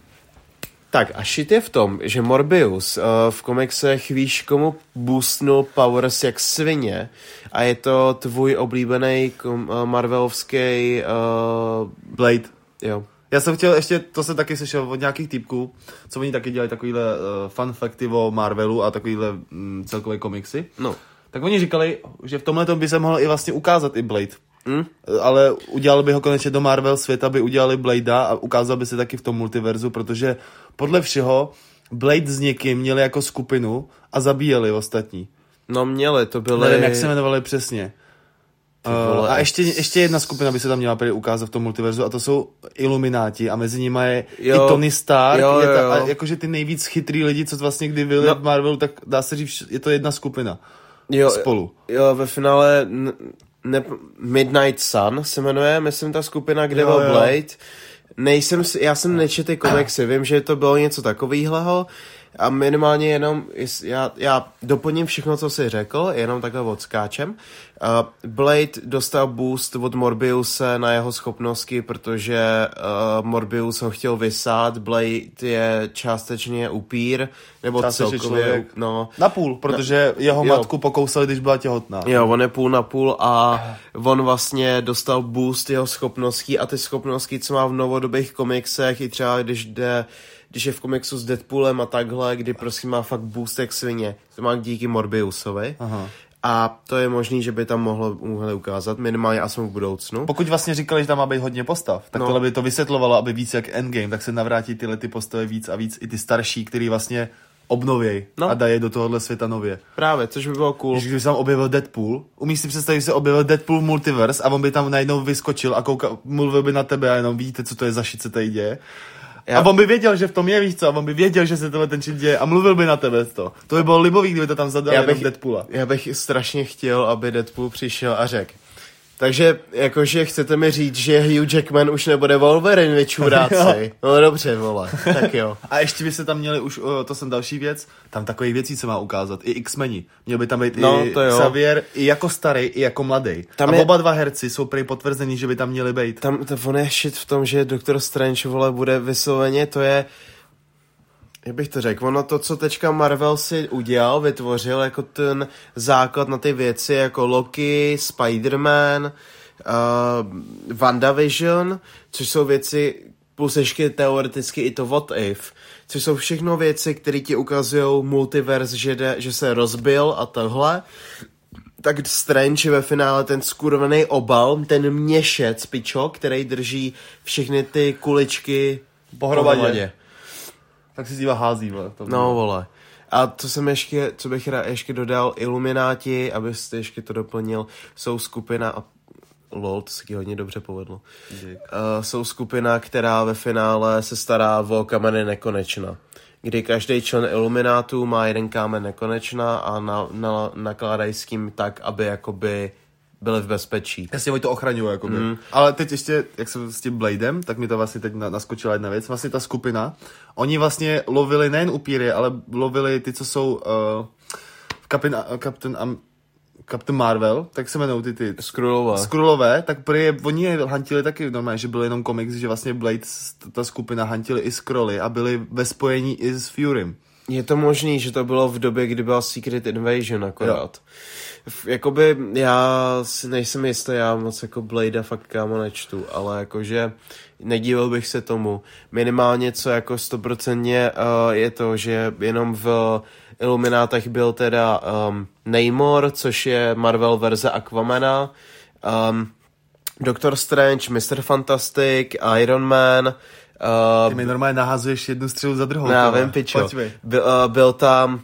Tak a shit je v tom, že Morbius uh, v komiksech víš, komu boostnul powers jak svině a je to tvůj oblíbený kom, uh, marvelovský uh, Blade. Jo. Já jsem chtěl ještě, to jsem taky slyšel od nějakých týpků, co oni taky dělají takovýhle uh, fun facty o Marvelu a takovýhle um, celkové komiksy. No. Tak oni říkali, že v tomhle by se mohl i vlastně ukázat i Blade. Mm? Ale udělali by ho konečně do Marvel světa, by udělali Bladea a ukázal by se taky v tom multiverzu, protože podle všeho Blade s někým měli jako skupinu a zabíjeli ostatní. No měli, to byly... Nevím, jak se jmenovali přesně. Uh, a ještě, ještě jedna skupina by se tam měla ukázat v tom multiverzu a to jsou Illumináti a mezi nimi je jo, i Tony Stark, jo, je ta, jo. A jakože ty nejvíc chytrý lidi, co vlastně kdy byli no. v Marvelu, tak dá se říct, je to jedna skupina jo, spolu. Jo, ve finále ne, Midnight Sun se jmenuje, myslím ta skupina, kde byl Blade. Nejsem, já jsem nečetl ty komiksy, vím, že to bylo něco takovýhleho a minimálně jenom, já, já doplním všechno, co jsi řekl, jenom takhle odskáčem. Uh, Blade dostal boost od Morbiuse na jeho schopnosti, protože uh, Morbius ho chtěl vysát, Blade je částečně upír, nebo částečně celkově, člověk. No. Na půl, protože na, jeho jo. matku pokousali, když byla těhotná. Jo, on je půl na půl a on vlastně dostal boost jeho schopností a ty schopnosti, co má v novodobých komiksech, i třeba když jde když je v komiksu s Deadpoolem a takhle, kdy prostě má fakt boost jak svině. To má díky Morbiusovi. Aha. A to je možný, že by tam mohlo mohli ukázat, minimálně aspoň v budoucnu. Pokud vlastně říkali, že tam má být hodně postav, tak no. tohle by to vysvětlovalo, aby víc jak Endgame, tak se navrátí tyhle ty postavy víc a víc i ty starší, který vlastně obnověj no. a dají do tohohle světa nově. Právě, což by bylo cool. Když by se tam objevil Deadpool, umíš si představit, že se objevil Deadpool Multiverse a on by tam najednou vyskočil a koukal, mluvil by na tebe a jenom víte, co to je za shit, se tady děje. Já... A on by věděl, že v tom je, víš co, a on by věděl, že se tohle ten shit děje a mluvil by na tebe to. To by bylo libový, kdyby to tam zadali jenom Deadpoola. Já bych strašně chtěl, aby Deadpool přišel a řekl. Takže, jakože chcete mi říct, že Hugh Jackman už nebude Wolverine, vy čuráci. No dobře, vole, tak jo. A ještě by se tam měli už, o, to jsem další věc, tam takových věcí, co má ukázat, i X-meni. Měl by tam být no, i Xavier, i jako starý, i jako mladý. Tam a je... oba dva herci jsou prej potvrzení, že by tam měli být. Tam to on je shit v tom, že Doctor Strange, vole, bude vysloveně, to je... Jak bych to řekl, ono to, co teďka Marvel si udělal, vytvořil jako ten základ na ty věci, jako Loki, Spider-Man, uh, WandaVision, což jsou věci, plus ještě teoreticky i to What If, což jsou všechno věci, které ti ukazují multiverse, že, jde, že se rozbil a tohle. Tak Strange je ve finále ten skurvený obal, ten měšec, pičo, který drží všechny ty kuličky pohromadě. Tak si z díva hází, vole. No, vole. A co jsem ještě, co bych rád ještě dodal, Ilumináti, abyste ještě to doplnil, jsou skupina, a lol, to se hodně dobře povedlo, uh, jsou skupina, která ve finále se stará o kameny nekonečna, kdy každý člen Iluminátů má jeden kámen nekonečna a na, na, nakládají s tím tak, aby jakoby byli v bezpečí. Jasně, oni to ochraňují, jakoby. Mm. Ale teď ještě, jak jsem s tím Bladem, tak mi to vlastně teď naskočila jedna věc. Vlastně ta skupina, oni vlastně lovili nejen upíry, ale lovili ty, co jsou uh, Captain, Captain, um, Captain Marvel, tak se jmenou ty ty... Skrullové. Skrullové, tak prý oni je hantili taky normálně, že byl jenom komiks, že vlastně Blade, ta skupina hantili i Skrully a byli ve spojení i s Furym. Je to možný, že to bylo v době, kdy byla Secret Invasion akorát. Jo. Jakoby já si nejsem jistý, já moc jako Bladea fakt kámo nečtu, ale jakože nedívil bych se tomu. Minimálně co jako stoprocentně uh, je to, že jenom v Iluminátech byl teda um, Namor, což je Marvel verze Aquamana, um, Doctor Strange, mister Fantastic, Iron Man. Uh, Ty mi normálně nahazuješ jednu střelu za druhou. Já vím, pičo. Byl, uh, byl tam...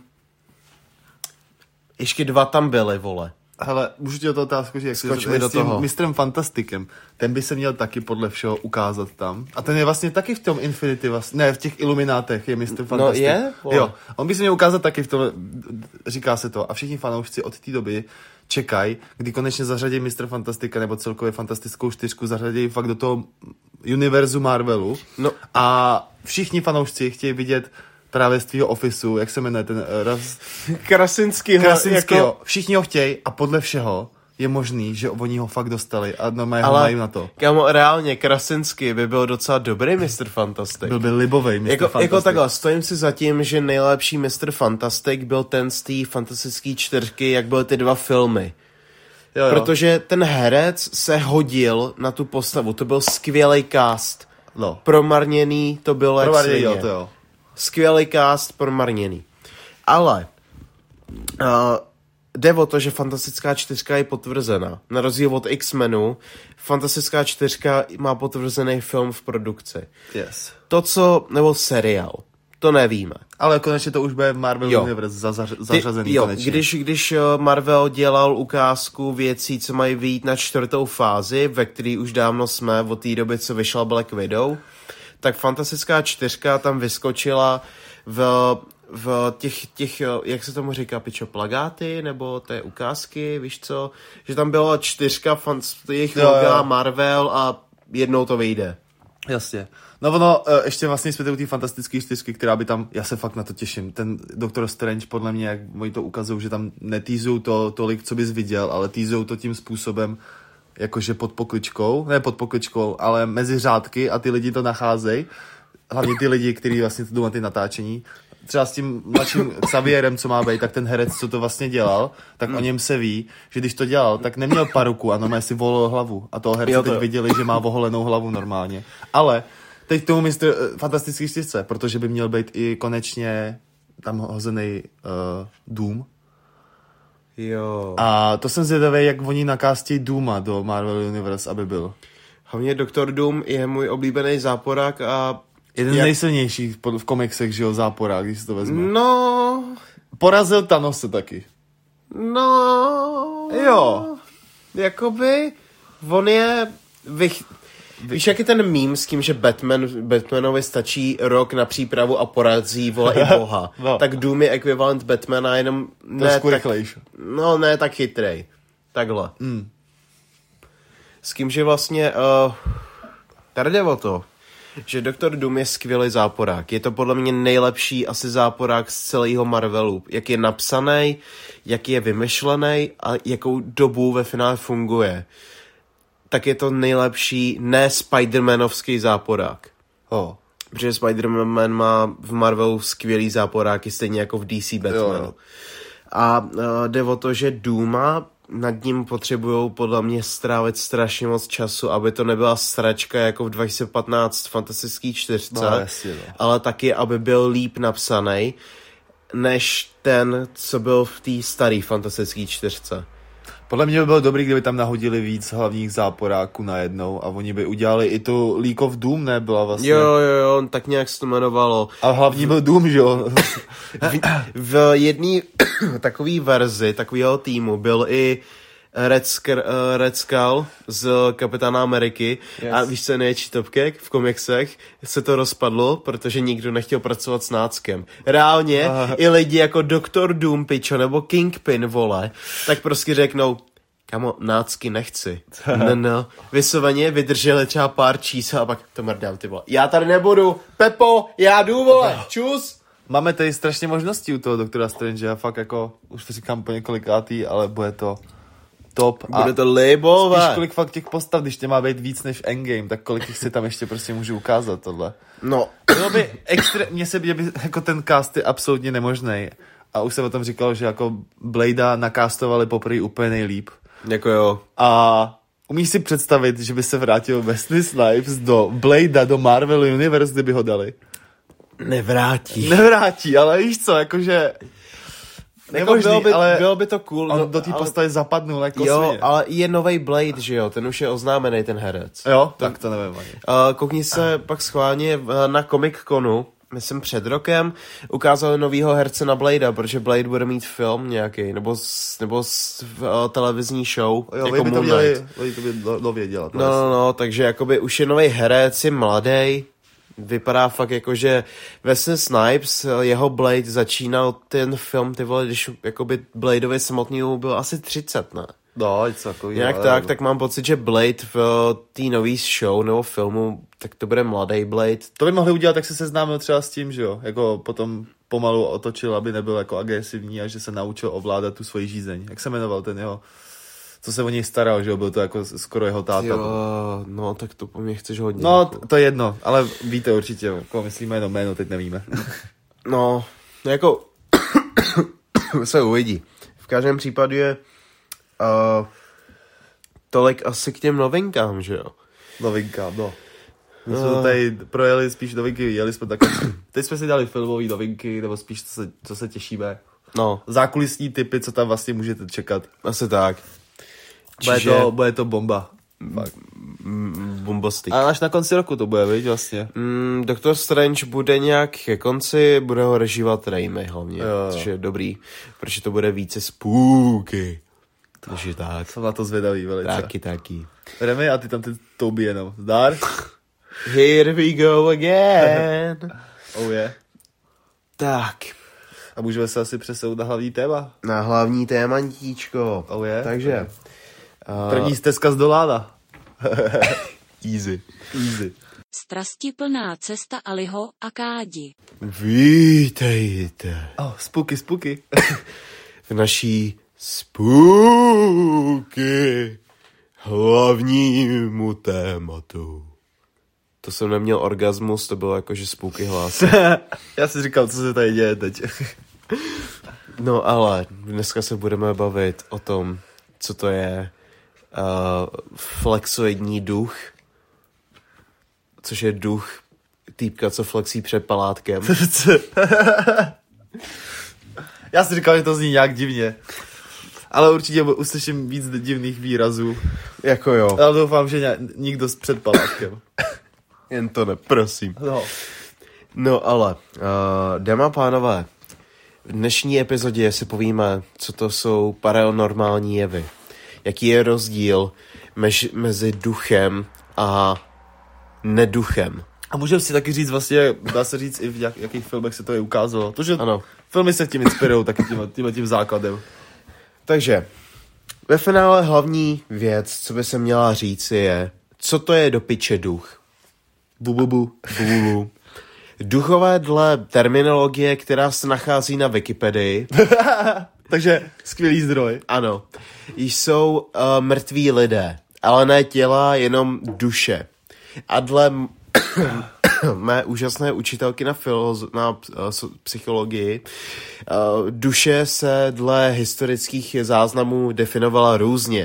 Ještě dva tam byly, vole. Hele, můžu ti o to otázku, že jak Skoč mi do s tím toho. mistrem Fantastikem, ten by se měl taky podle všeho ukázat tam. A ten je vlastně taky v tom Infinity, vlastně, ne, v těch Iluminátech je mistr Fantastik. No je? Vole. Jo, on by se měl ukázat taky v tom, říká se to. A všichni fanoušci od té doby čekají, kdy konečně zařadí mistr Fantastika nebo celkově fantastickou čtyřku, zařadí fakt do toho univerzu Marvelu. No. A všichni fanoušci chtějí vidět právě z tvýho ofisu, jak se jmenuje ten... Uh, raz... Krasinskýho. Krasinskýho. Jako... Všichni ho chtějí a podle všeho je možný, že oni ho fakt dostali a normálně ho mají na to. Kámo, reálně Krasinský by byl docela dobrý mister Fantastic. Byl by libovej mister jako, Fantastic. Jako takhle, stojím si za tím, že nejlepší mister Fantastic byl ten z té fantastické čtyřky, jak byly ty dva filmy. Jo, jo. Protože ten herec se hodil na tu postavu, to byl skvělý cast. No. Promarněný, to bylo jak Promarněný, svině. jo, to jo. Skvělý cast, promarněný. Ale uh, jde o to, že Fantastická čtyřka je potvrzena. Na rozdíl od X-Menu, Fantastická čtyřka má potvrzený film v produkci. Yes. To, co, nebo seriál, to nevíme. Ale konečně to už bude v Marvel jo. Universe zařař, zařazený Ty, jo, konečně. Když, když Marvel dělal ukázku věcí, co mají vyjít na čtvrtou fázi, ve které už dávno jsme od té doby, co vyšla Black Widow, tak Fantastická čtyřka tam vyskočila v, v těch, těch, jak se tomu říká, pičo, plagáty, nebo té ukázky, víš co, že tam byla čtyřka jejich loga Marvel a jednou to vyjde. Jasně. No ono, ještě vlastně jsme u té fantastické čtyřky, která by tam, já se fakt na to těším, ten Doctor Strange podle mě, jak oni to ukazují, že tam netýzujou to tolik, co bys viděl, ale týzujou to tím způsobem, jakože pod pokličkou, ne pod pokličkou, ale mezi řádky a ty lidi to nacházejí, hlavně ty lidi, kteří vlastně to jdou na ty natáčení, třeba s tím mladším Xavierem, co má být, tak ten herec, co to vlastně dělal, tak hmm. o něm se ví, že když to dělal, tak neměl paruku a normálně si volil hlavu a toho herce jo, to teď viděli, že má oholenou hlavu normálně, ale teď k tomu mistr Fantastický čtyřce, protože by měl být i konečně tam hozený uh, Doom. Jo. A to jsem zvědavý, jak oni nakástějí Dooma do Marvel Universe, aby byl. Hlavně doktor Doom je můj oblíbený záporák a... Jeden jak... z nejsilnějších v komiksech, že jo, záporák, když si to vezme. No... Porazil Thanose taky. No... Jo. Jakoby... On je... Vych... Víš, jak je ten mím s tím, že Batman, Batmanovi stačí rok na přípravu a porazí, vole, i boha. No. Tak Doom je ekvivalent Batmana, jenom ne tak, no, ne tak chytrej. Takhle. Mm. S tím, že vlastně uh, tady jde o to, že doktor Doom je skvělý záporák. Je to podle mě nejlepší asi záporák z celého Marvelu. Jak je napsaný, jak je vymyšlený a jakou dobu ve finále funguje. Tak je to nejlepší ne Spider-Manovský záporák. Oh. Protože Spider-Man má v Marvelu skvělý záporáky, stejně jako v D C Batmanu. Jo, jo. A uh, jde o to, že Dooma nad ním potřebujou podle mě strávit strašně moc času, aby to nebyla sračka jako v dva tisíce patnáct Fantastický čtyřce, no, jasně, no. ale taky, aby byl líp napsaný, než ten, co byl v té staré Fantastický čtyřce. Podle mě by bylo dobrý, kdyby tam nahodili víc hlavních záporáků najednou a oni by udělali i tu League of Doom, ne? Byla vlastně. Jo, jo, jo, tak nějak se to jmenovalo. A hlavní byl Doom, že jo? v v jedné takové verzi, takového týmu byl i Red, Skr, uh, Red Skull z Kapitána Ameriky. Yes. A víš, co je největší topkek v komiksech? Se to rozpadlo, protože nikdo nechtěl pracovat s náckem. Reálně uh. i lidi jako doktor Doom, pičo, nebo Kingpin, vole, tak prostě řeknou, kamo, nácky nechci. No, no. Vysovaně vydrželi třeba pár čísel a pak to mrdám, ty vole. Já tady nebudu, Pepo, já jdu, vole, čus. Máme tady strašně možností u toho doktora Strange, já fakt jako, už to říkám po několikátý, ale bude to top. Bude a to libové. Spíš kolik fakt těch postav, když tě má být víc než Endgame, tak kolik jich si tam ještě prostě můžu ukázat tohle. No. Bylo by extra, mně se by, jako ten cast je absolutně nemožný. A už se o tom říkalo, že jako Bladea nakástovali poprvé úplně nejlíp. Jako jo. A umíš si představit, že by se vrátil Wesley Snipes do Bladea, do Marvel Universe, kdyby ho dali? Nevrátí. Nevrátí, ale víš co, jakože... Nemožný, bylo, by, ale bylo by to cool. On no, do té ale... postavy zapadnul jako jo, svině. ale je novej Blade, že jo, ten už je oznámený, ten herec. Jo, tak to nevím ani. Uh, koukni se pak schválně na Comic Conu, myslím před rokem, ukázali novýho herce na Bladea, protože Blade bude mít film nějaký, nebo, nebo uh, televizní show. Jo, jako by to měli, by to by nově dělat. No, no, no, takže jakoby už je nový herec, je mladý. Vypadá fakt jako, že Wesley Snipes, jeho Blade začínal ten film, ty vole, když jakoby Bladeovi samotnému bylo asi třicet, ne? No, něco takový. Nějak ale... tak, tak mám pocit, že Blade v té nový show nebo filmu, tak to bude mladý Blade. To by mohli udělat, tak se seznámil třeba s tím, že jo, jako potom pomalu otočil, aby nebyl jako agresivní a že se naučil ovládat tu svoji žízeň. Jak se jmenoval ten jeho... Co se o něj staral, že jo, byl to jako skoro jeho táta. Jo, no, tak to po mně chceš hodně. No, jako. To je jedno, ale víte určitě, jako myslíme jenom jméno, teď nevíme. No, jako se uvidí. V každém případě je uh, tolik asi k těm novinkám, že jo? Novinkám, no. My jsme uh. tady projeli spíš novinky, jeli jsme taky, teď jsme si dali filmové novinky, nebo spíš co se, co se těšíme. No. Zákulisní typy, co tam vlastně můžete čekat. Asi tak. Bude, Čiže... to, bude to bomba. Bombastic. A až na konci roku to bude, viď, vlastně. Mm, Doctor Strange bude nějak ke konci, bude ho režívat Raimi hlavně, jo, jo. Což je dobrý, protože to bude více spooky. Takže tak. Jsem na to zvědavý velice. Taky, taky. Raimi a ty tam ty Toby jenom. Zdar? Here we go again. Oh yeah. Tak. A můžeme se asi přesunout na hlavní téma. Na hlavní témaníčko. Oh yeah. Takže. Uh... První stezka z Dolána. Easy. Easy. Strastiplná cesta Aliho a Kádi. Vítejte. Oh, spooky, spooky. V naší spooky hlavnímu tématu. To jsem neměl orgasmus, to bylo jako, že spooky hlas. Já si říkal, co se tady děje teď. No ale dneska se budeme bavit o tom, co to je uh, flexoidní duch, což je duch týpka, co flexí před palátkem. Já si říkal, že to zní nějak divně. Ale určitě uslyším víc divných výrazů. Jako jo. Ale doufám, že nikdo s před palátkem. Jen to ne, prosím. No, no ale, uh, dámy a pánové, v dnešní epizodě si povíme, co to jsou paranormální jevy. Jaký je rozdíl mež, mezi duchem a neduchem. A můžeme si taky říct vlastně, dá se říct i v jak, jakých filmech se to je ukázalo. To, že ano. Filmy se tím inspirují taky tím, tím, tím základem. Takže, ve finále hlavní věc, co by se měla říct, je, co to je do piče duch. Bububu. Bububu. Duchové dle terminologie, která se nachází na Wikipedii. Takže skvělý zdroj. Ano. Jsou uh, mrtví lidé, ale ne těla, jenom duše. A dle mé úžasné učitelky na, filozo- na uh, psychologii, uh, duše se dle historických záznamů definovala různě.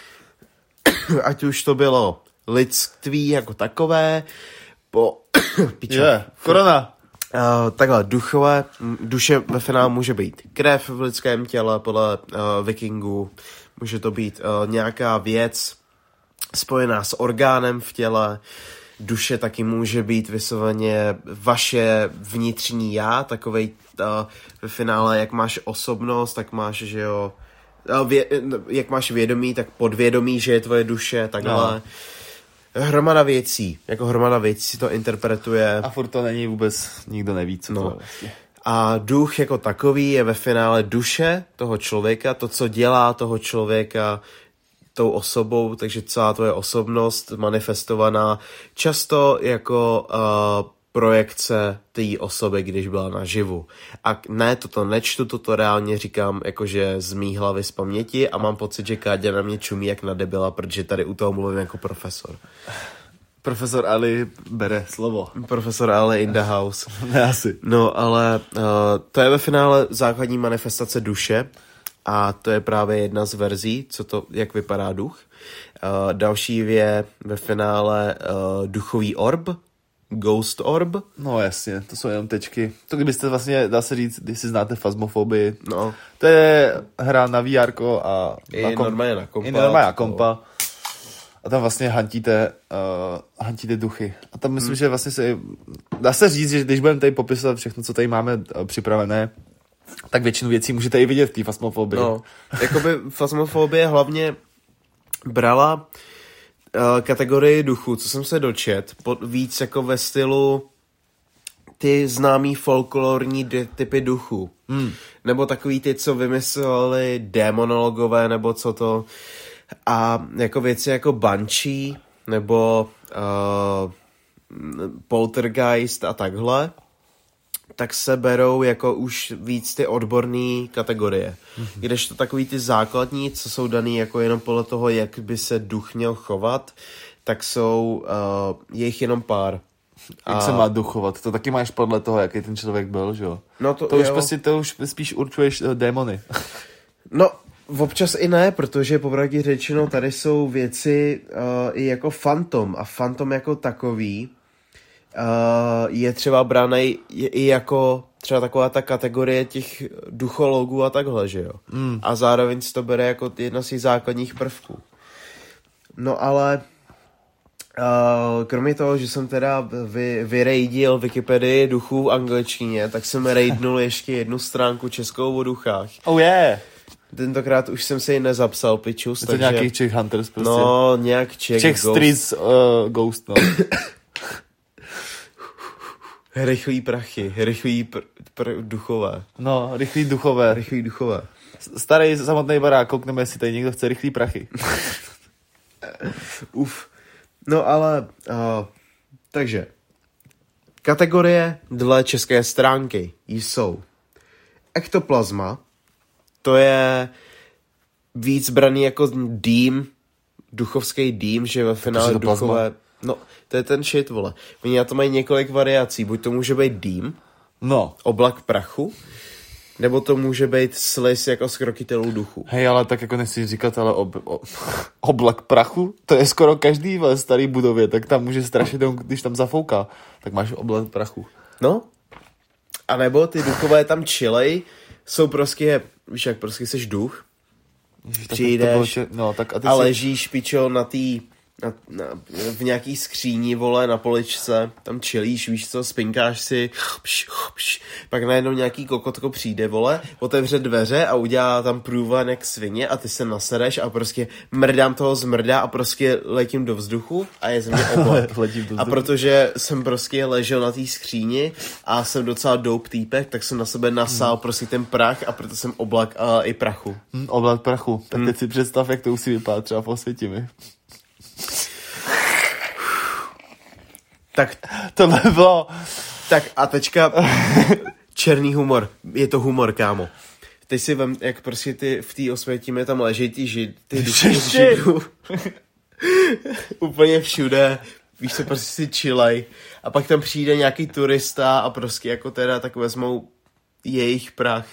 Ať už to bylo lidství jako takové, po... Je, yeah, korona. Uh, takhle, duchové, duše ve finále může být krev v lidském těle podle uh, vikingů, může to být uh, nějaká věc spojená s orgánem v těle, duše taky může být vysloveně vaše vnitřní já, takovej uh, ve finále, jak máš osobnost, tak máš, že jo, uh, vě, jak máš vědomí, tak podvědomí, že je tvoje duše, takhle. No. Hromada věcí, jako hromada věcí to interpretuje. A furt to není vůbec, nikdo neví, co no. to je vlastně. A duch jako takový je ve finále duše toho člověka, to, co dělá toho člověka tou osobou, takže celá tvoje osobnost manifestovaná často jako uh, projekce té osoby, když byla naživu. A ne, toto nečtu, toto reálně říkám jakože z mý hlavy z paměti a mám pocit, že Káďa na mě čumí jak na debila, protože tady u toho mluvím jako profesor. Profesor Ali bere slovo. Profesor Ali in the house. Ne asi. No, ale uh, to je ve finále základní manifestace duše a to je právě jedna z verzí, co to, jak vypadá duch. Uh, další je ve finále uh, duchový orb, Ghost Orb. No jasně, to jsou jenom tečky. To kdybyste vlastně, dá se říct, když si znáte Phasmofobii. No. To je hra na vé érko a I na kom... normálně na kompa. I normálně na kompa. A tam vlastně hantíte, uh, hantíte duchy. A tam myslím, hmm. že vlastně se, dá se říct, že když budeme tady popisovat všechno, co tady máme uh, připravené, tak většinu věcí můžete i vidět v té Phasmofobii. No, jakoby Phasmofobie hlavně brala uh, kategorii duchů, co jsem se dočet, pod, víc jako ve stylu ty známý folklorní de- typy duchů. Hmm. Nebo takový ty, co vymysleli démonologové, nebo co to. A jako věci jako Banshee, nebo uh, Poltergeist a takhle, tak se berou jako už víc ty odborné kategorie. Mm-hmm. Kdežto takový ty základní, co jsou daný jako jenom podle toho, jak by se duch měl chovat, tak jsou, uh, je jich jenom pár. Jak a... se má duchovat? To taky máš podle toho, jaký ten člověk byl, že jo? No to, to už jo. prostě, to už spíš určuješ uh, démony. No, občas i ne, protože popravdě řečeno tady jsou věci uh, i jako fantom a fantom jako takový uh, je třeba branej i jako třeba taková ta kategorie těch duchologů a takhle, že jo. Mm. A zároveň se to bere jako jedna z těch základních prvků. No ale uh, kromě toho, že jsem teda vy, vyrejdil Wikipedii duchů v angličtině, tak jsem rejdnul ještě jednu stránku českou o duchách. Oh yeah! Tentokrát už jsem se ji nezapsal, pičus. Je to takže... nějakých Czech Hunters prostě. No, nějak Czech, Czech Ghost. Streets uh, Ghost, no. Rychlý prachy, rychlý pr- pr- duchové. No, rychlý duchové. Rychlý duchové. Starý samotný barák, koukneme, jestli tady někdo chce rychlý prachy. Uf. No ale, uh, takže, kategorie dle české stránky jsou ektoplazma, to je víc braný jako dým, duchovský dým, že ve finále duchové... No, to je ten shit, vole. Oni na to mají několik variací. Buď to může být dým, no, oblak prachu, nebo to může být sliz jako z krokitelů duchu. Hej, ale tak jako nechci říkat, ale ob, ob, oblak prachu, to je skoro každý ve starý budově, tak tam může strašit, když tam zafouká, tak máš oblak prachu. No, a nebo ty duchové tam chillej, jsou prostě, víš jak, prostě jsi duch, Ježiš, přijdeš tě, no, tak a, ty a si... ležíš, pičo, na tý, na, na, v nějaký skříni, vole, na poličce, tam chillíš, víš co, spinkáš si, pš, pš, pak najednou nějaký kokotko přijde, vole, otevře dveře a udělá tam průvan jak svině a ty se nasereš a prostě mrdám toho zmrdá a prostě letím do vzduchu a je ze mě oblak. A protože jsem prostě ležel na té skříni a jsem docela dope týpek, tak jsem na sebe nasál hmm. prostě ten prach a proto jsem oblak a i prachu. Hmm, oblak prachu. Tak hmm. teď si představ, jak to musí vypadat třeba po světě mi. Tak to bylo. Tak a teďka černý humor. Je to humor, kámo. Teď si vem, jak prostě ty v té Osvětimi tam leží ty, ži, ty duchy židů. Úplně všude. víš co, prostě si chillej a pak tam přijde nějaký turista a prostě jako teda tak vezmou jejich prach.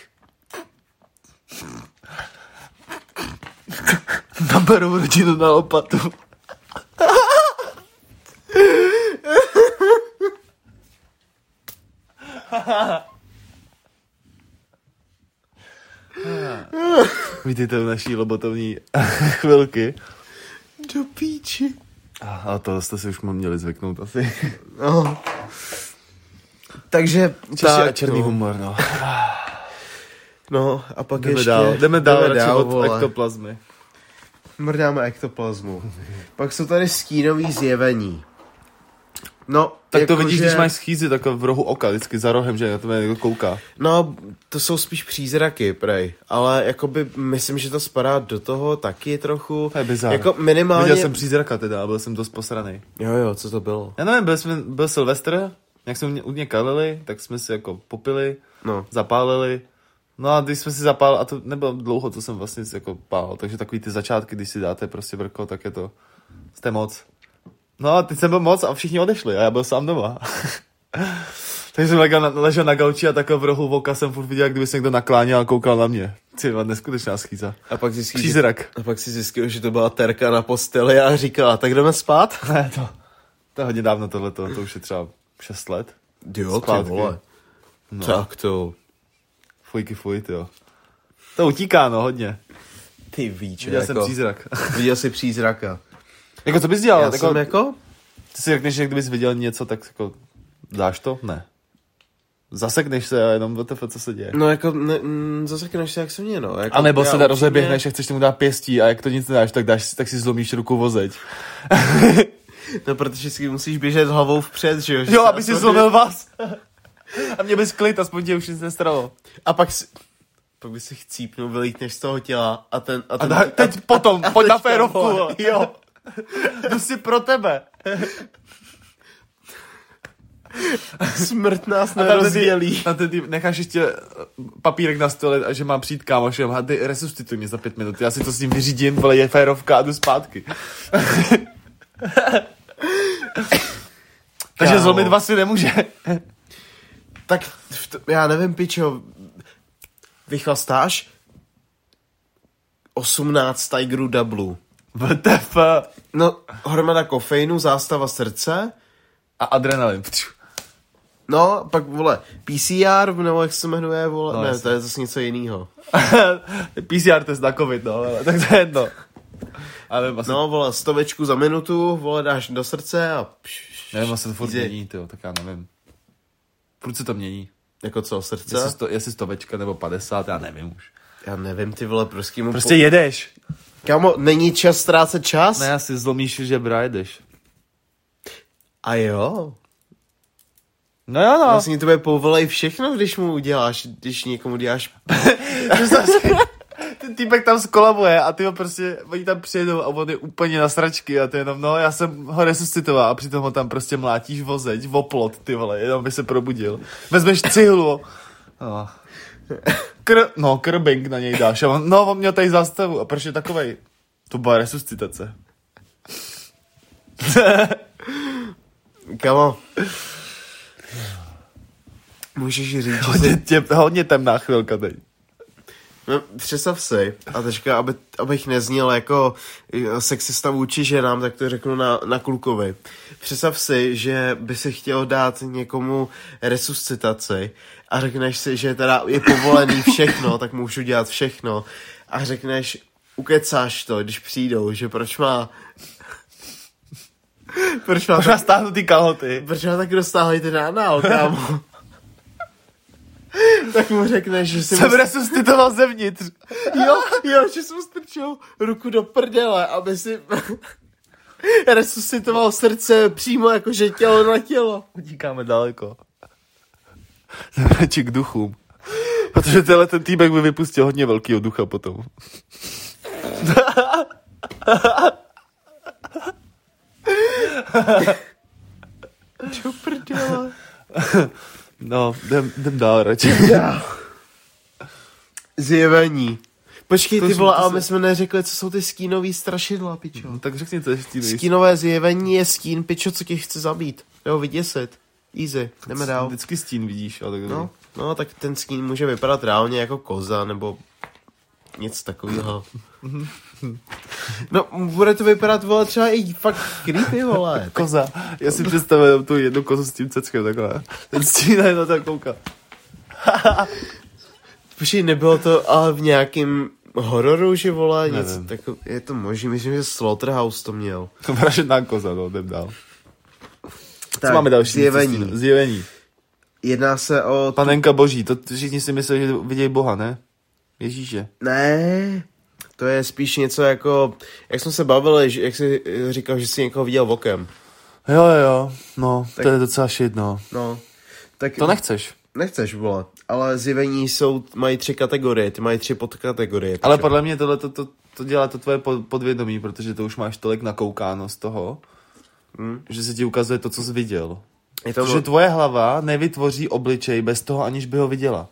Naberou rodinu na lopatu. Vítejte v naší lobotovní chvilky. Do píči. A to jste si už měli zvyknout asi. No. Takže Čistě a černý no. humor, no. No a pak jdeme ještě... Dál. Jdeme dál, jdeme dál od vole. ektoplazmy. Mrdáme ektoplazmu. Pak jsou tady stínový zjevení. No, tak jako to vidíš, že... když máš schýzy tak v rohu oka, vždycky za rohem, že na to někdo kouká. No, to jsou spíš přízraky, prej. Ale jakoby myslím, že to spadá do toho taky trochu. To je bizár. Jako minimálně... Viděl jsem přízraka teda a byl jsem dost posranej. Jo, jo, co to bylo? Já nevím, byl, jsme, byl Silvestr, jak jsme u mě kalili, tak jsme si jako popili, no. zapálili. No a když jsme si zapálili, a to nebylo dlouho, co jsem vlastně jako pálil, takže takový ty začátky, když si dáte prostě brko, tak je to, jste moc. No a teď jsem byl moc a všichni odešli a já byl sám doma. Takže jsem ležel na, ležel na gauči a takhle v rohu voka jsem furt viděl, jak kdyby se někdo nakláněl a koukal na mě. Tyva, neskutečná schýza. A pak zjistil, Přízrak. Že, a pak si zjistil, že to byla Terka na posteli a říkala, tak jdeme spát? Ne, to, to je hodně dávno tohleto, to už je třeba šest let. Jo, ty vole. No. Tak to... Fujky fuj, jo. To utíká, no, hodně. Ty víč, viděl jako... jsem přízrak. Viděl jsi přízraka. Jako co bys dělal? Já jako... jsem jako... Ty si řekneš, že kdybys viděl něco, tak jako dáš to? Ne. Zasekneš se a jenom vtf, co se děje. No jako ne, m, zasekneš se, jak se mě, no. Jako, a nebo se da rozeběhneš, mě... jak chceš tomu dát pěstí a jak to nic nedáš, tak, dáš, tak si zlomíš ruku vozeď. No, protože si musíš běžet hlavou vpřed, že jo? Že jo, aby si zlomil vás. A mě bys klid, aspoň tě už nic nestralo. A pak si... Pak by si chcípnul, vylítneš z toho těla a ten... A, ten, a da, teď a, potom, a, pojď na férovku. Jo. Jdu si pro tebe. Smrt nás nerozdělí. A ty necháš ještě papírek na stole a že mám přijít kámošem a ty resuscituj mě za pět minut. Já si to s ním vyřídím, vole, je férovka a jdu zpátky. Takže zlomit vás si nemůže. Tak já nevím, pičo, vychlastáš osmnáct Tigerů Double. W T F. No, hromada kofeinu, zástava srdce. A adrenalin. No, pak, vole, P C R, nebo jak se jmenuje, vole, no, ne, jasný. to je zase něco jinýho. P C R test na covid, no, ale, tak to je jedno. Ale asi... No, vole, stovečku za minutu, vole, dáš do srdce a... Pš, nevím, asi to furt mění, tyjo, tak já nevím. Proč se to mění? Jako co, srdce? Jestli, sto, jestli stovečka nebo padesát, já nevím už. Já nevím, ty vole, prostě mu... Prostě po... jedeš. Kámo, není čas ztrácet čas? Ne, asi zlomíš žebra, jedeš. A jo? No jo, no. Vlastně tebe povolej všechno, když mu uděláš, když někomu děláš... Ten týpek tam skolabuje a ty ho prostě, oni tam přijedou a on je úplně na sračky a ty jenom, no já jsem ho resuscitoval a přitom ho tam prostě mlátíš vozeď, voplot, ty vole, jenom by se probudil. Vezmeš cihlu. No. Kr, no, krbing na něj dáš a on, no on měl tady zástavu a proč je takovej? To byla resuscitace. Kamo. Můžeš říct, že hodně, tě, hodně temná chvilka teď. No, představ si, a teďka, aby, abych nezněl jako sexista vůči ženám, tak to řeknu na, na klukovi. Představ si, že by si chtěl dát někomu resuscitaci a řekneš si, že teda je povolený všechno, tak můžu dělat všechno. A řekneš, ukecáš to, když přijdou, že proč má... proč má, tak... stáhnutý kalhoty. Proč má tak roztáhlej ten anál, kámo? Tak mu řekneš, že si... Jsem mu... resuscitoval zevnitř. Jo, jo, že jsem mu strčil ruku do prdele, aby si resuscitoval srdce přímo jakože tělo na tělo. Utíkáme daleko. Radši k duchům. Protože tenhle ten týbek by vypustil hodně velkýho ducha potom. Čo prdele? No, jdem, jdem dál radši. Zjevení. Počkej, To ty už- vole, to ale se- my jsme neřekli, co jsou ty stínový strašidla, pičo. No, tak řekni, co je stínový. Stínové zjevení je stín, pičo, co tě chce zabít. Jo, vyděsit. Easy, jdeme dál. Vždycky stín vidíš, ale tak No, no, tak ten stín může vypadat reálně jako koza, nebo něco takového. No, bude to vypadat, vole, třeba i fakt creepy, vole. Koza. Já si představím tu jednu kozu s tím ceckem takhle. Ten stín na to kouká. Počkej, nebylo to ale v nějakým hororu, že vole, něco Nevím. tako, je to možný, myslím, že Slaughterhouse to měl. Vražedná koza, no, jdem dál. Co Tak, máme další? zjevení. Zjevení. Jedná se o... Panenka boží, to všichni si myslí, že vidějí Boha, ne? Ježíše. Ne, to je spíš něco jako, jak jsme se bavili, že, jak jsi říkal, že jsi někoho viděl vokem. Jo, jo, no, Tak- to je docela shit, no. No, tak... To nechceš. Nechceš, vole, ale zjevení jsou, mají tři kategorie, ty mají tři podkategorie. Ale pičo. podle mě tohle to, to, to dělá to tvoje pod- podvědomí, protože to už máš tolik nakoukáno z toho, Hmm. že se ti ukazuje to, co jsi viděl. Je to Protože mo- tvoje hlava nevytvoří obličej bez toho, aniž by ho viděla.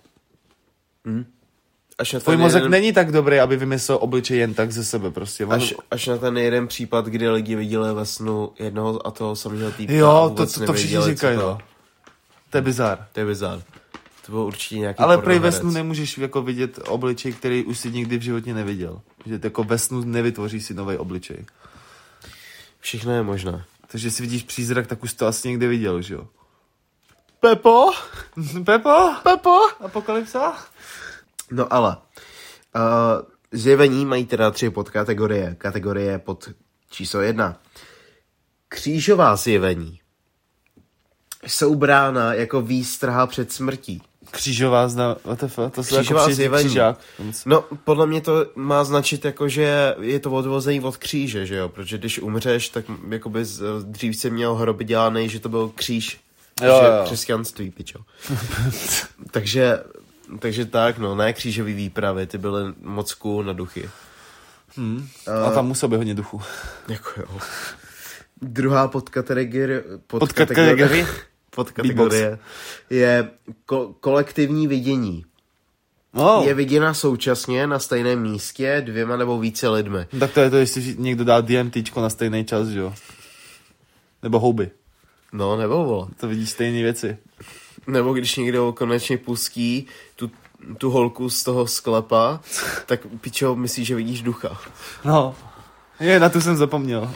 až na Tvůj ten mozek jeden, není tak dobrý, aby vymyslel obličej jen tak ze sebe prostě. On... až, až na ten jeden případ, kdy lidi viděli ve snu jednoho a toho samého týpka. a Jo, to, vůbec to, to všichni nevěděli, co říkají, to- no. To je bizar. To je bizar. To bylo určitě nějaký Ale prej ve pornoherec. snu nemůžeš jako vidět obličej, který už si nikdy v životě neviděl. Že jako ve snu nevytvoří si nový obličej. Všechno je možné. Takže si vidíš přízrak, tak už to asi někde viděl, že jo? Pepo? Pepo? Pepo? Apokalypsa? No ale, uh, zjevení mají teda tři podkategorie. Kategorie pod číslo jedna. Křížová zjevení jsou brána jako výstraha před smrtí. Křížová zna... What the fuck? To jsou Křížová jako zjevení. křížák. No, podle mě to má značit jako, že je to odvození od kříže, že jo? Protože když umřeš, tak jakoby z- dřív se měl hroby dělaný, že to byl kříž. Jo, že jo. Křesťanství, pičo. takže, takže tak, no, ne křížový výpravy, ty byly moc cool na duchy. Hmm. A tam musel být hodně duchu. Jako jo. Druhá podkategorie, Podkategorie? podkategorie je ko- kolektivní vidění. Oh. Je viděna současně na stejném místě dvěma nebo více lidmi. Tak to je to, jestli někdo dá DMTčko na stejný čas, že jo? Nebo houby. No, nebo vole. To vidíš stejné věci. Nebo když někdo konečně pustí tu, tu holku z toho sklepa, tak pičo, myslíš, že vidíš ducha. No. Je, na tu jsem zapomněl.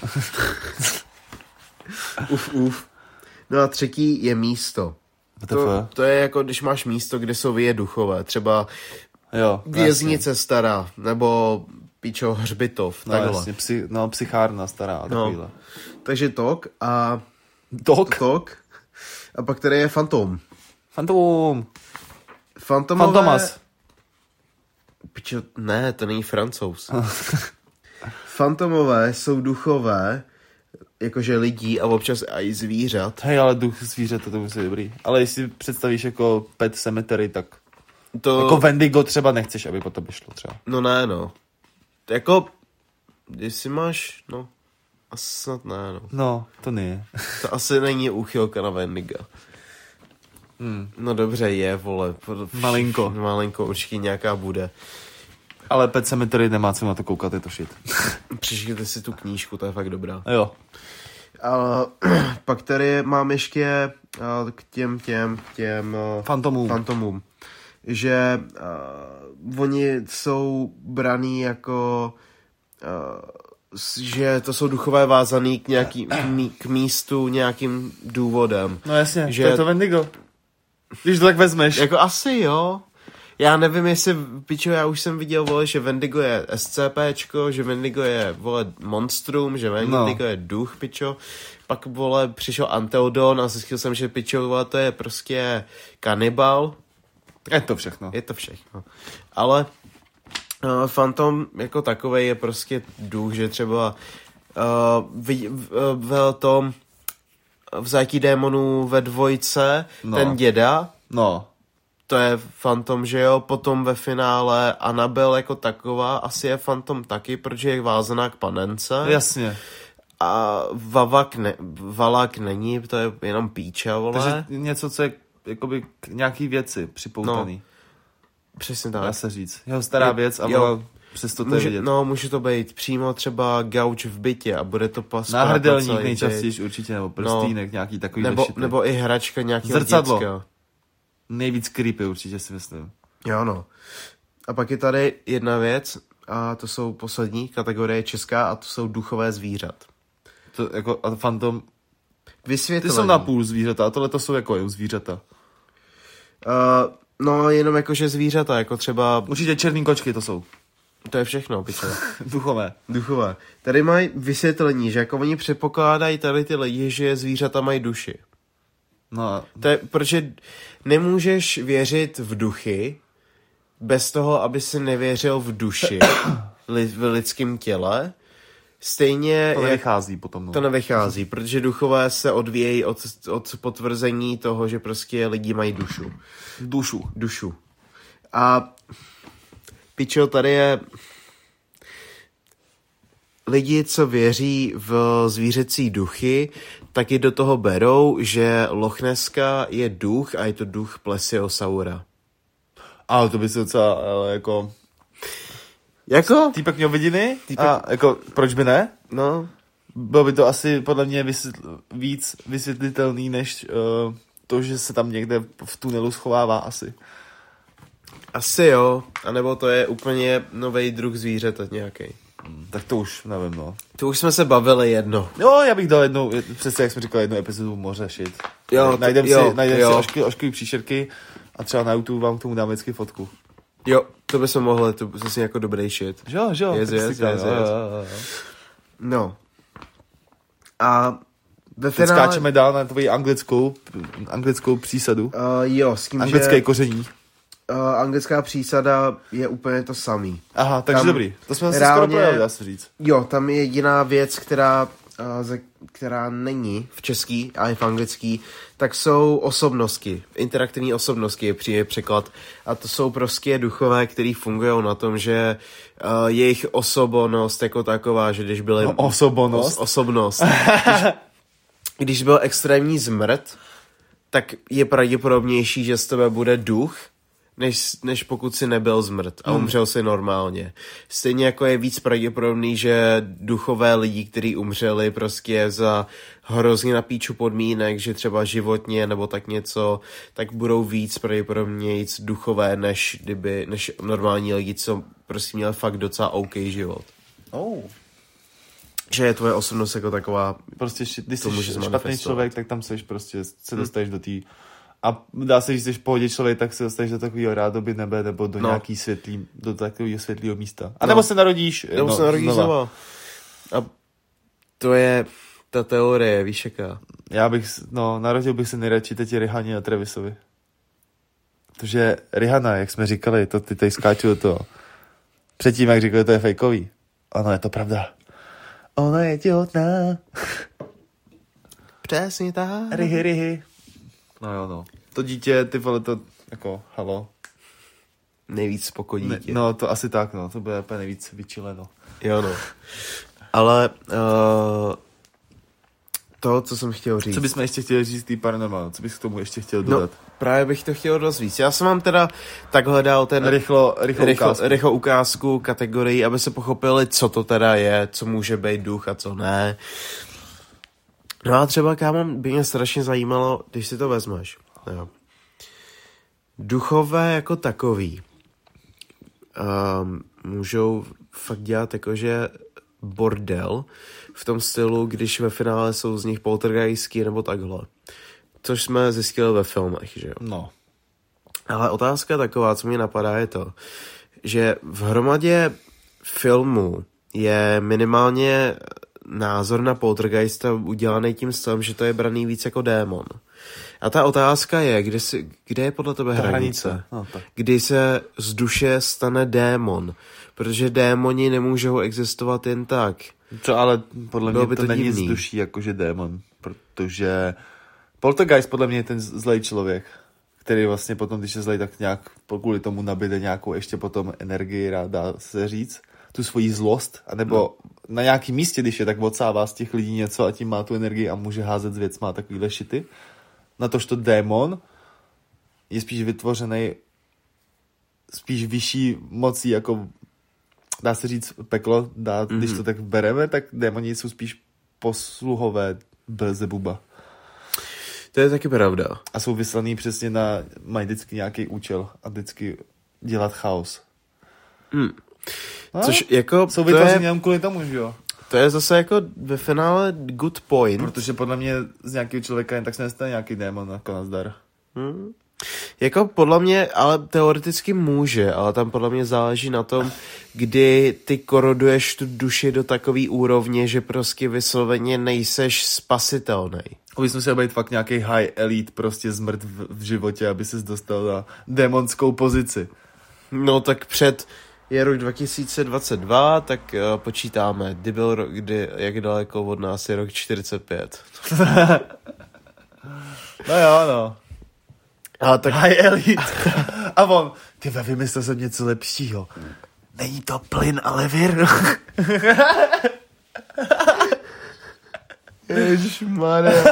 Uf, uf. No a třetí je místo. To, to je jako, když máš místo, kde jsou vyje duchové. Třeba Jo, věznice stará, nebo pičo, hřbitov, no, takhle. jasně, psy, no, psychárna stará a No. takovýhle. Takže tok a... Tok? Tok. A pak tady je fantom. Fantom. Fantomové... Fantomas. Pičo, ne, to není Francouz. Fantomové jsou duchové, jakože lidí a občas i zvířat. Hej, ale duch zvířete, to musí být dobrý. Ale jestli představíš jako Pet Cemetery, tak To... jako Wendigo třeba nechceš, aby po tobě šlo třeba. No ne, no. To jako, jestli máš, no, asi snad ne, no. No, to ne. To asi není úchylka na Wendiga. Hmm. No dobře, je, vole. Malinko. Malinko, určitě nějaká bude. Ale Pet Cemetery nemá co na to koukat, je to shit. Přečtěte si tu knížku, ta je fakt dobrá. Jo. A pak tady mám ještě a, k těm, těm, těm a, Fantomům. fantomům, že uh, oni jsou braný jako, uh, že to jsou duchové vázaný k, nějaký, k, mí, k místu nějakým důvodem. No jasně, Že- to je to Wendigo. Když to tak vezmeš. Jako asi jo. Já nevím, jestli, pičo, já už jsem viděl, vole, že Wendigo je SCPčko, že Wendigo je, vole, monstrum, že Wendigo No. je duch, pičo. Pak, vole, přišel Anteodon a zjistil jsem, že pičo, vole, to je prostě kanibal. Je to všechno. Je to všechno. Ale uh, Phantom jako takovej je prostě duch, že třeba uh, v, v, v tom v Zajetí démonů ve dvojce, No. ten děda, No. to je Phantom, že jo, potom ve finále Annabelle jako taková, asi je Phantom taky, protože je vázaná k panence. Jasně. A Vavak ne, Valak není, to je jenom píča, vole. Takže něco, co je jakoby k nějaký věci připoutaný. Přesně Dá tak. se říct. Jeho stará Jo, věc a jo. vole, Přesto to může, je vidět. no, může to být přímo třeba gauč v bytě a bude to pas. Náhrdelník nejčastěji určitě, nebo prstýnek, no, nějaký takový nebo, šity. nebo i hračka nějakého Zrcadlo. děcka. Nejvíc creepy určitě si myslím. Jo, no. A pak je tady jedna věc, a to jsou poslední kategorie česká, a to jsou duchové zvířat. To jako a Phantom... Vysvětlení. Ty jsou napůl zvířata, a tohle to jsou jako zvířata. Uh, no, jenom jakože zvířata, jako třeba... Určitě černý kočky to jsou. To je všechno, piče. Duchové. Duchové. Tady mají vysvětlení, že jako oni předpokládají tady ty lidi, že zvířata mají duši. No. To je, protože nemůžeš věřit v duchy bez toho, aby si nevěřil v duši li, v lidském těle. Stejně... To jak, nevychází potom. No. To nevychází, protože duchové se odvíjejí od, od potvrzení toho, že prostě lidi mají dušu. Dušu. Dušu. A pičo, tady je... Lidi, co věří v zvířecí duchy, taky do toho berou, že Lochneska je duch a je to duch plesiosaura. Ale to by se docela ale jako... Jako? Týpek měl vidiny? Týpek... A jako, proč by ne? No. Bylo by to asi podle mě vysvětl... víc vysvětlitelný, než uh, to, že se tam někde v tunelu schovává asi. Asi jo, anebo to je úplně nový druh zvířete nějaký. Hmm, tak to už nevím, no. To už jsme se bavili jedno. Jo, já bych dal jednou, přesně jak jsme říkali, jednu epizodu moře šit. Jo, najdem jo, si, najdem jo. si ošky, oškový příšerky a třeba na YouTube vám k tomu dám vždycky fotku. Jo, to by se mohli, to by se jako dobrý shit. Jo, jo. Yes, yes, yes, yes. No. A ve Teď finále... skáčeme dál na tvoji anglickou, anglickou přísadu. Uh, jo, s tím, Anglické že koření. uh, anglická přísada je úplně to samý. Aha, takže tam dobrý. To jsme zase reálně, skoro projeli, dá se říct. Jo, tam je jediná věc, která, uh, ze, která není v český a i v anglický, tak jsou osobnosti. Interaktivní osobnosti je příjemný překlad. A to jsou prostě duchové, který fungují na tom, že uh, jejich osobonost jako taková, že když byly... No, osobonost? Os, osobnost. když, když byl extrémní zmrt, tak je pravděpodobnější, že z tebe bude duch, než, než pokud si nebyl zmrt a umřel si normálně. Stejně jako je víc pravděpodobný, že duchové lidi, kteří umřeli prostě za hrozně na píču podmínek, že třeba životně nebo tak něco, tak budou víc pravděpodobně duchové, než, kdyby, než normální lidi, co prostě měli fakt docela OK život. Oh. Že je tvoje osobnost jako taková... Prostě, když jsi špatný zmanifestovat. člověk, tak tam seš prostě, se dostaneš hmm. do té... A dá se, že jsi v pohodě člověk, tak se dostaneš do takového rádoby nebe, nebo do no. nějaký světlý, do takového světlého místa. A nebo no. se narodíš... Nebo no, se narodíš znova. znova. A to je ta teorie, víš jaká. Já bych, no, narodil bych se nejradši teď Rihaně a Travisovi. Protože Rihanna, jak jsme říkali, to ty tady skáču do toho. Předtím, jak říkali, to je fejkový. Ano, je to pravda. Ona je těhotná. Přesně tak. Rihy, rihy. No jo, no. To dítě, ty vole, to, jako, halo. Nejvíc spokojní Ne, dítě. no, to asi tak, no. To bude úplně nejvíc vyčileno. Jo, no. Ale uh, to, co jsem chtěl říct. Co bychom ještě chtěli říct tý paranormal? Co bys k tomu ještě chtěl No, dodat? právě bych to chtěl dost víc. Já jsem vám teda takhle dal ten... Rychlo, rychlo, rychlo, ukázku. rychlo ukázku kategorii, aby se pochopili, co to teda je, co může být duch a co ne. No a třeba, kámo, by mě strašně zajímalo, když si to vezmeš. Jo. Duchové jako takový um, můžou fakt dělat jakože bordel v tom stylu, když ve finále jsou z nich poltergeistky nebo takhle. Což jsme zjistili ve filmech, že jo. No. Ale otázka taková, co mě napadá, je to, že v hromadě filmů je minimálně názor na poltergeista udělaný tím stylem, že to je braný víc jako démon. A ta otázka je, kde, si, kde je podle tebe Ta hranice? hranice. No, tak. Kdy se z duše stane démon? Protože démoni nemůžou existovat jen tak. Co ale podle Bylo mě by to, to není divný. z duší jakože démon, protože poltergeist podle mě je ten zlej člověk, který vlastně potom, když je zlej, tak nějak kvůli tomu nabíde nějakou ještě potom energii, rád dá se říct, tu svoji zlost, anebo no. na nějakém místě, když je, tak odsává z těch lidí něco a tím má tu energii a může házet z věcma a takovýhle šity. Natožto démon je spíš vytvořený spíš vyšší mocí jako dá se říct, peklo, dá, mm-hmm. když to tak bereme, tak démoni jsou spíš posluhové Belzebuba. To je taky pravda. A jsou vyslaný přesně na, mají vždycky nějaký účel a vždycky dělat chaos. Hmm. No, což jako... Jsou vytvoření jenom kvůli tomu, že jo? To je zase jako ve finále good point. Protože podle mě z nějakého člověka jen tak se nestane nějaký démon jako nazdar. Hmm. Jako podle mě, ale teoreticky může, ale tam podle mě záleží na tom, kdy ty koroduješ tu duši do takový úrovně, že prostě vysloveně nejseš spasitelnej. Bys musel být fakt nějaký high elite, prostě zmrt v, v životě, aby ses dostal na démonskou pozici. No tak před je rok dva tisíce dvacet dva, tak uh, počítáme, kdy byl rok, kdy, jak daleko od nás je rok čtyřicet pět. No jo, no. A tak... High elite. A on, ty vymyslel jsem něco lepšího. Není to plyn, ale vir. Ježišmarja.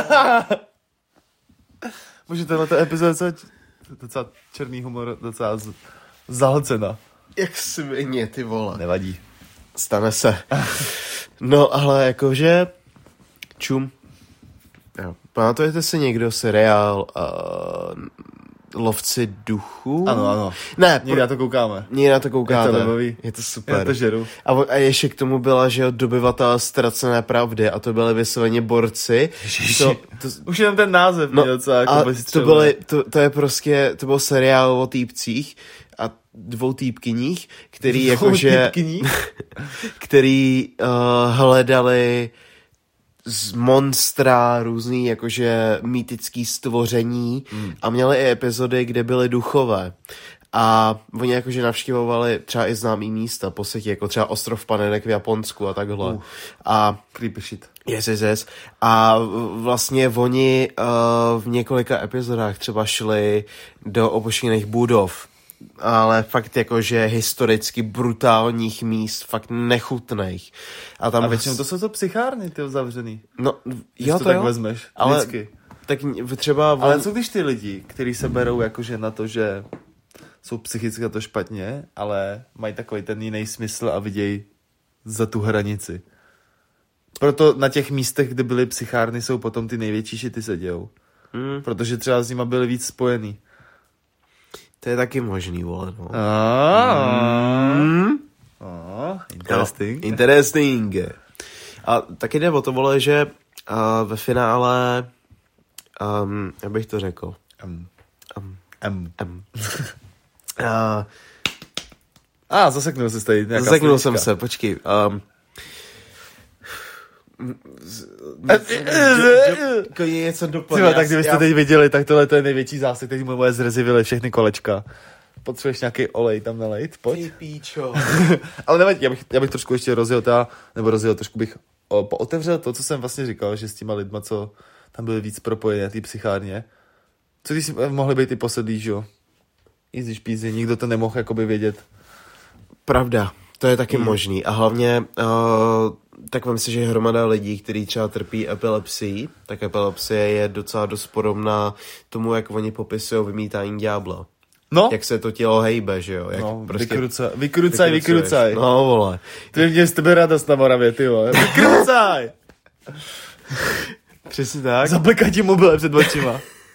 Může tato epizoda docela, docela černý humor, docela z, zahlcena. Jak svině, ty vole. Nevadí. Stane se. No, ale jakože... Čum. Jo. Pamatujete si někdo seriál uh, Lovci duchů? Ano, ano. Ne, někdy na to koukáme. Někdy na to koukáte. Je to baví. Je to super. Já to žeru. A, a ještě k tomu byla, že jo, dobyvatel ztracené pravdy a to byly vysloveně borci. To, to, už jenom ten název. No, docela, jako a to, byly, to, to je prostě, to byl seriál o týpcích a dvou týpkyních, který dvou jakože... týpkyních? který uh, hledali z monstra různý jakože mýtický stvoření mm. a měli i epizody, kde byly duchové. A oni jakože navštěvovali třeba i známý místa po světě, jako třeba ostrov Panenek v Japonsku a takhle. Uh, a creepy shit. Yes, yes, yes. A vlastně oni uh, v několika epizodách třeba šli do opuštěných budov, ale fakt jakože historicky brutálních míst, fakt nechutných. A tam a většinou to jsou to psychárny, ty zavřený. No, když jo, to, to tak jo. vezmeš, ale vždycky. Tak třeba... Ale co když ty lidi, kteří se berou jakože na to, že jsou psychicky to špatně, ale mají takový ten jiný smysl a vidějí za tu hranici. Proto na těch místech, kde byly psychárny, jsou potom ty největší šity se dějou. Mm. Protože třeba s nima byli víc spojený. To je taky možný, vole, no. Mm. Oh, interesting. No, interesting. A taky jde o to, vole, že uh, ve finále, um, jak bych to řekl? Um. Um. Um. Um. uh, A, ah, zaseknul se tady. Zaseknul jsem se, počkej. Um, Jako je něco doplně. Tak kdybyste já... teď viděli, tak tohle to je největší zásek, který mu moje zrezivily všechny kolečka. Potřebuješ nějaký olej tam nalejt? Pojď. Ty píčo. Ale nevadí, já bych, já bych trošku ještě rozjel ta, nebo rozjel, trošku bych o, pootevřel to, co jsem vlastně říkal, že s těma lidma, co tam byli víc propojení na té psychárně. Co když si mohli být i posedlí, že jo? Easy špízy, nikdo to nemohl jakoby vědět. Pravda, to je taky mm. možný. A hlavně, uh, tak vem si, že hromada lidí, kteří třeba trpí epilepsií, tak epilepsie je docela dost podobná tomu, jak oni popisují vymítání ďábla. No. Jak se to tělo hejbe, že jo? Jak no, prostě vykrucaj, vykrucaj, vykrucaj. No, vole. Ty mě z tebe radost na Moravě, ty vole. Vykrucaj! Přesně tak. Zablika ti mobil před očima.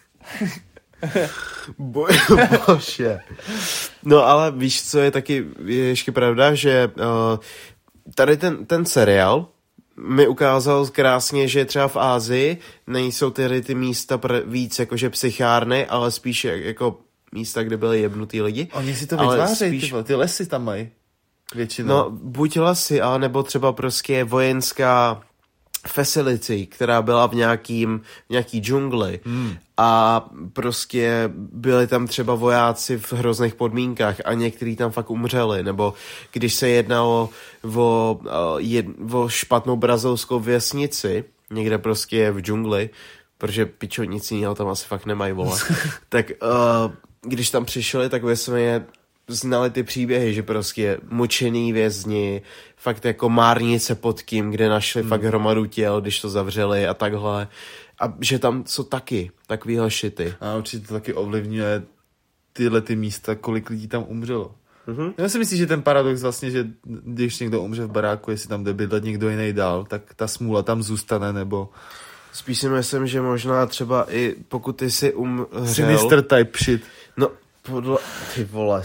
Bo- bože. No ale víš, co je taky je ještě pravda, že uh, tady ten, ten seriál mi ukázal krásně, že třeba v Ázii nejsou tady ty místa pr- víc jakože psychárny, ale spíš jako místa, kde byly jebnutý lidi. Oni si to vytvářejí, spíš... ty, ty lesy tam mají většinou. No, buď lesy, ale nebo třeba prostě vojenská facility, která byla v nějakým, v nějaký džungli hmm. a prostě byli tam třeba vojáci v hrozných podmínkách a někteří tam fakt umřeli, nebo když se jednalo o, jed, o špatnou brazilskou věznici, někde prostě v džungli, protože pičo nic jiného tam asi fakt nemají, vole, tak uh, když tam přišli, tak jsme znali ty příběhy, že prostě mučený vězni, fakt jako márnice pod kým, kde našli hmm. fakt hromadu těl, když to zavřeli a takhle. A že tam jsou taky takovýhle šity. A určitě to taky ovlivňuje tyhle ty místa, kolik lidí tam umřelo. Mhm. Já si myslím, že ten paradox vlastně, že když někdo umře v baráku, jestli tam jde bydlet někdo jiný dál, tak ta smůla tam zůstane, nebo... Spíš si myslím, že možná třeba i pokud ty si umřel... Sinister type shit. No, podle... Ty vole.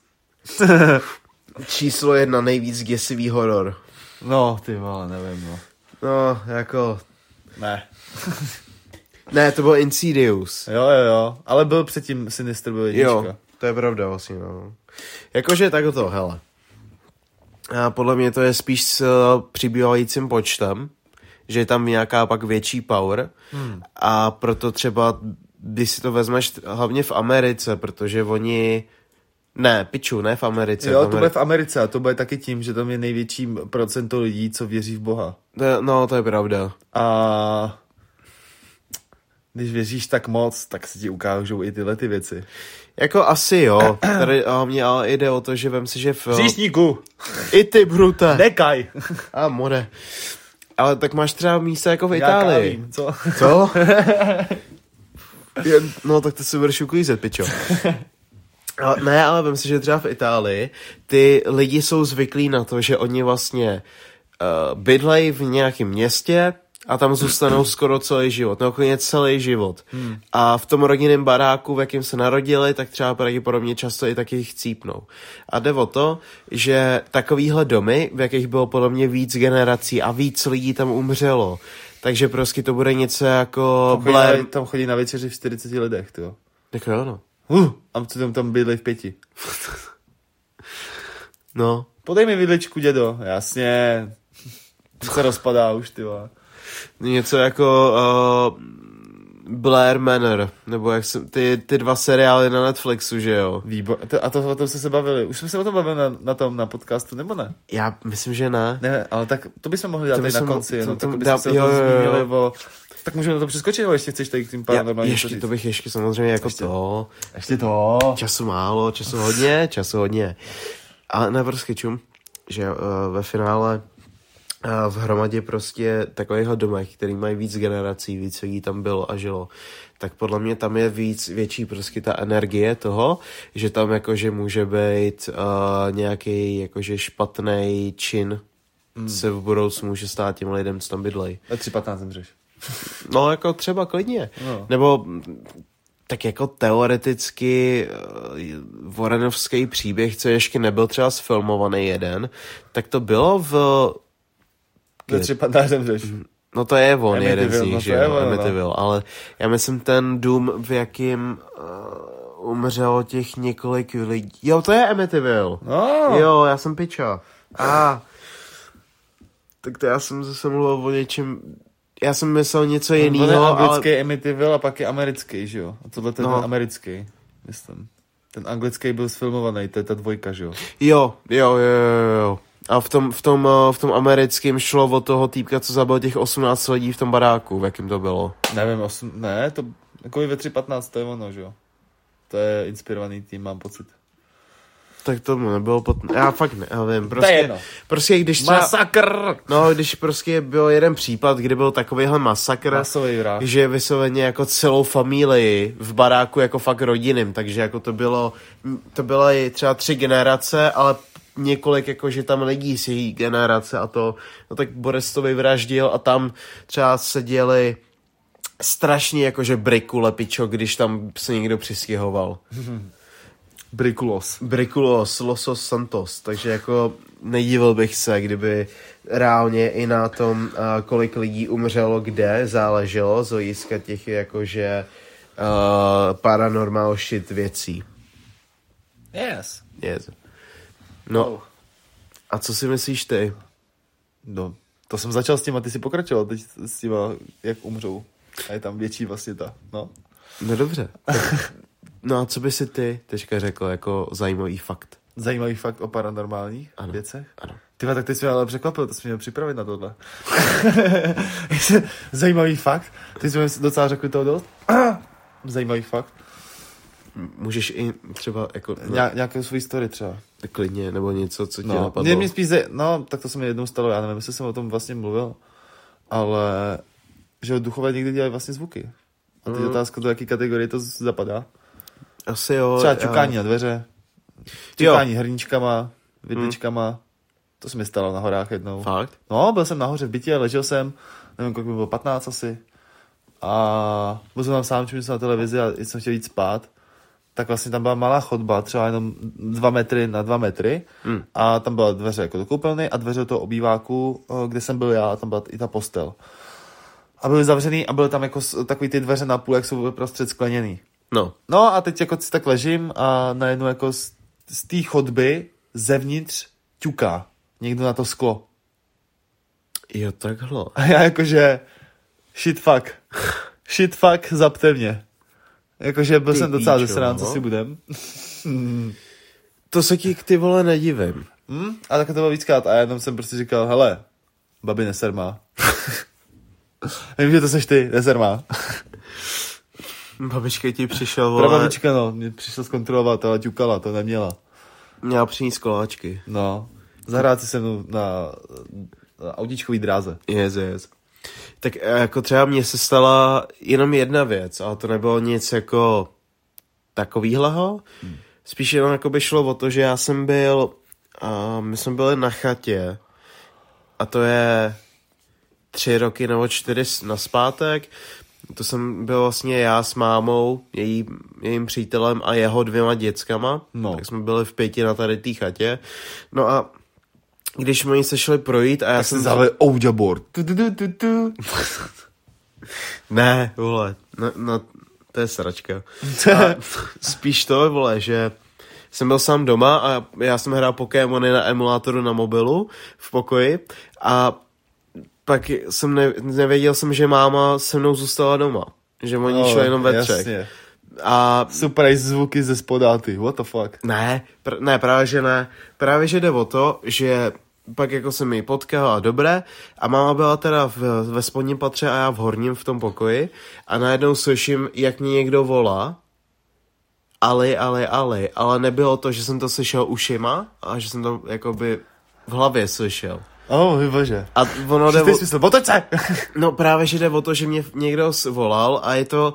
Číslo jedna nejvíc děsivý horor. No, ty vole, nevím, no. No, jako... Ne. Ne, to byl Insidious. Jo, jo, jo, ale byl předtím Sinister, byl jednička. Jo, to je pravda vlastně, no. Jakože tak to, hele. A podle mě to je spíš s uh, přibývajícím počtem, že je tam nějaká pak větší power hmm. a proto třeba, když si to vezmeš hlavně v Americe, protože oni... Ne, piču, ne v Americe. Jo, v to Ameri- bude v Americe a to bude taky tím, že tam je největší procento lidí, co věří v Boha. To je, no, to je pravda. A když věříš tak moc, tak se ti ukážou i tyhle ty věci. Jako asi jo. Tady hlavně ale jde o to, že vem si, že v... Příštíku! I ty brute. Nekaj! A more. Ale tak máš třeba místa jako v Já Itálii. kávím, co? Co? Jen, no tak to si budeš uklízet, pičo. Ale, ne, ale vem si, že třeba v Itálii ty lidi jsou zvyklí na to, že oni vlastně uh, bydlejí v nějakém městě a tam zůstanou skoro celý život, no klidně celý život. Hmm. A v tom rodinném baráku, v jakém se narodili, tak třeba pravděpodobně často i taky chcípnou. A jde o to, že takovýhle domy, v jakých bylo podle mě víc generací a víc lidí tam umřelo, takže prostě to bude něco jako... Tam chodí, Blair... na, tam chodí na večeři v čtyřiceti lidech, tyjo. Tak jo, no. Uh, a co tam, tam bydlej v pěti. No. Podej mi vidličku, dědo. Jasně. To se rozpadá už, ty vole. Něco jako uh, Blair Manor, nebo jak se, ty, ty dva seriály na Netflixu, že jo? Výbor. A to, o tom jsme se bavili. Už jsme se o tom bavili na, na tom, na podcastu, nebo ne? Já myslím, že ne. Ne, ale tak to bychom mohli dát tady na konci. To, No, to, tak dá, bychom se jo, o tom jo, jo. zmínili o... Tak můžeme na to přeskočit, nebo ještě chceš tady k tím pár Já, normálně ještě, to bych ještě samozřejmě jako ještě, to. Ještě to. Času málo, času hodně, času hodně. Ale ne prskečům, že uh, ve finále uh, v hromadě prostě takovýchhle domech, který mají víc generací, víc lidí tam bylo a žilo, tak podle mě tam je víc, větší prostě ta energie toho, že tam jakože může být uh, nějaký jakože špatný čin, hmm. se v budoucnu může stát těm lidem, co tam bydlej. A tři patnáct zemřeš. No jako třeba klidně. No. Nebo tak jako teoreticky uh, Warrenovský příběh, co ještě nebyl třeba sfilmovaný jeden, tak to bylo v... Ve tři patnáct zemřeš. No to je on, Amityville, jeden z nich, no že je jo, ono, Amityville, no. ale já myslím ten dům, v jakým uh, umřelo těch několik lidí. Jo, to je Amityville. No. Jo, já jsem piča. A ah. Tak to já jsem zase mluvil o něčem... Já jsem myslel něco jiného, ale... anglický ale... Amityville a pak je americký, že jo? A tohle je no. ten americký, myslím. Ten anglický byl sfilmovaný, to je ta dvojka, že jo? Jo, jo, jo, jo. A v tom, v tom, v tom americkém šlo o toho týpka, co zabil těch osmnáct lidí v tom baráku, v jakým to bylo. Nevím, osm... ne, to jako i ve tři patnáct, to je ono, že jo? To je inspirovaný tým, mám pocit. Tak to nebylo pot... Já fakt nevím, prostě, prostě když třeba... Masakr! No, když prostě byl jeden případ, kdy byl takovýhle masakr, masový vrah, že vysloveně jako celou familii v baráku jako fakt rodinným, takže jako to bylo, to bylo i třeba tři generace, ale několik jako, že tam lidí z její generace a to, no tak Boris to vyvraždil a tam třeba se děli strašně jakože brikule, pičo, když tam se někdo přistěhoval. Brikulos. Brikulos, Losos Santos, takže jako nedivil bych se, kdyby reálně i na tom, uh, kolik lidí umřelo kde, záleželo z hlediska těch jakože uh, paranormal shit věcí. Yes. Yes. No, a co si myslíš ty? No, to jsem začal s tím a ty si pokračoval teď s tím, jak umřou. A je tam větší vlastně ta, no. No dobře. No a co by si ty teďka řekl jako zajímavý fakt? Zajímavý fakt o paranormálních ano, věcech? Ano. Tyva, tak teď jsi mě ale překvapil, to jsi měl připravit na tohle. Zajímavý fakt? Ty jsi mě docela řekl toho dost? Zajímavý fakt? Můžeš i třeba jako... No, Ně, nějakou svůj story třeba. Klidně, nebo něco, co tě no, napadlo. Mě, mě spíš, ze, no, tak to se mi jednou stalo, já nevím, jestli jsem o tom vlastně mluvil, ale že duchové někdy dělají vlastně zvuky. A teď mm. otázka, do jaký kategorie to zapadá. Asi jo. Třeba ťukání na dveře, Ťukání hrníčkama, vidličkama. Hmm. To se mi stalo na horách jednou. Fakt? No, byl jsem nahoře v bytě, ležel jsem, nevím, kolik mi bylo, patnáct asi. A byl jsem tam sám, čím jsem na televizi a jsem chtěl jít spát. Tak vlastně tam byla malá chodba, třeba jenom dva metry na dva metry. Hmm. A tam byla dveře jako do koupelny a dveře do toho obýváku, kde jsem byl já, a tam byla i ta postel. A byly zavřený a byly tam jako takový ty dveře na půl, jak jsou prostřed skleněný. No. No a teď jako si tak ležím a najednou jako z, z té chodby zevnitř ťuká někdo na to sklo. Jo, takhle. A já jakože shit fuck. Shit fuck, zapte mě. Jakože byl ty jsem docela zesrán, co si budem. To se ti ty vole nedivím. Hmm? A tak to bylo víckrát a jenom jsem prostě říkal, hele, babi neser má. Vím, že to seš ty, neser má. Babička ti přišel, vole. Prababička, no, mě přišel zkontrolovat, ale ťukala, to neměla. Měla přinést koláčky. No, zahrát si se mnou na, na autíčkový dráze. Yes, yes. Tak jako třeba mně se stala jenom jedna věc, ale to nebylo nic jako takovýhleho. Hmm. Spíš jenom jako by šlo o to, že já jsem byl, uh, my jsme byli na chatě a to je tři roky nebo čtyři naspátek. To jsem byl vlastně já s mámou, její, jejím přítelem a jeho dvěma dětskama. No. Tak jsme byli v pěti na tady té chatě. No a když jsme se šli projít a já tak jsem... Tak se zavali Ouija board. Tu, tu, tu, tu, tu. Ne, vole, no, no, to je sračka. A spíš to, vole, že jsem byl sám doma a já jsem hrál Pokémony na emulátoru na mobilu v pokoji a pak jsem ne, nevěděl jsem, že máma se mnou zůstala doma. Že oni šli jenom ve třech. Jasně. A super zvuky ze spodáty, what the fuck. Ne, pr- ne, právě že ne. Právě že jde o to, že pak jako jsem ji potkal a dobré a máma byla teda v, ve spodním patře a já v horním v tom pokoji a najednou slyším, jak mě někdo volá Ali, Ali, Ali, ale nebylo to, že jsem to slyšel ušima a že jsem to jakoby v hlavě slyšel. Oh, bože. A ono jde o... smysl, otoč se! No právě, že jde o to, že mě někdo volal a je to,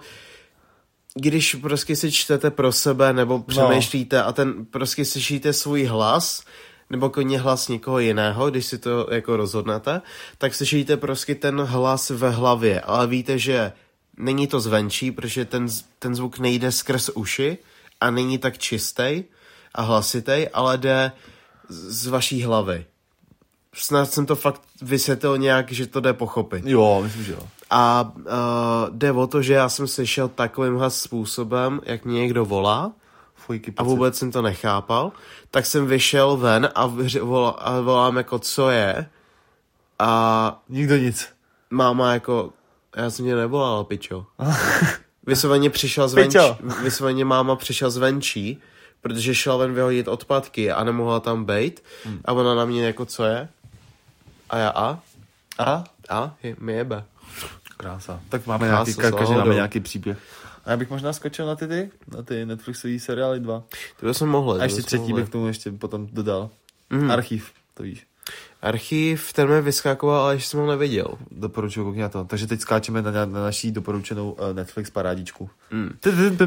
když prostě si čtete pro sebe nebo přemýšlíte no. a ten prostě slyšíte svůj hlas nebo koně hlas někoho jiného, když si to jako rozhodnete, tak slyšíte prostě ten hlas ve hlavě, ale víte, že není to zvenčí, protože ten, ten zvuk nejde skrz uši a není tak čistý a hlasitý, ale jde z vaší hlavy. Snad jsem to fakt vysvětlil nějak, že to jde pochopit. Jo, myslím, že jo. A uh, jde o to, že já jsem slyšel takovýmhle způsobem, jak mě někdo volá a vůbec jsem to nechápal, tak jsem vyšel ven a, vři, volá, a volám jako, co je a... Nikdo nic. Máma jako, já jsem tě nevolala, pičo. Vysloveně přišel zvenčí, vysloveně máma přišel zvenčí, protože šla ven vyhodit odpadky a nemohla tam bejt hmm. a ona na mě jako, co je? A já a? A? A? Je, mi jebe. Krása. Tak máme Krása, nějaký, každý máme nějaký příběh. A já bych možná skočil na ty ty, na ty Netflixový seriály dva. To jsem mohl. A ještě třetí bych k tomu ještě potom dodal. Mm. Archiv, to víš. Archiv, ten mi vyskakoval, ale ještě jsem ho neviděl. Doporučuji, koukni na to. Takže teď skáčeme na, na naší doporučenou uh, Netflix parádičku. Mm.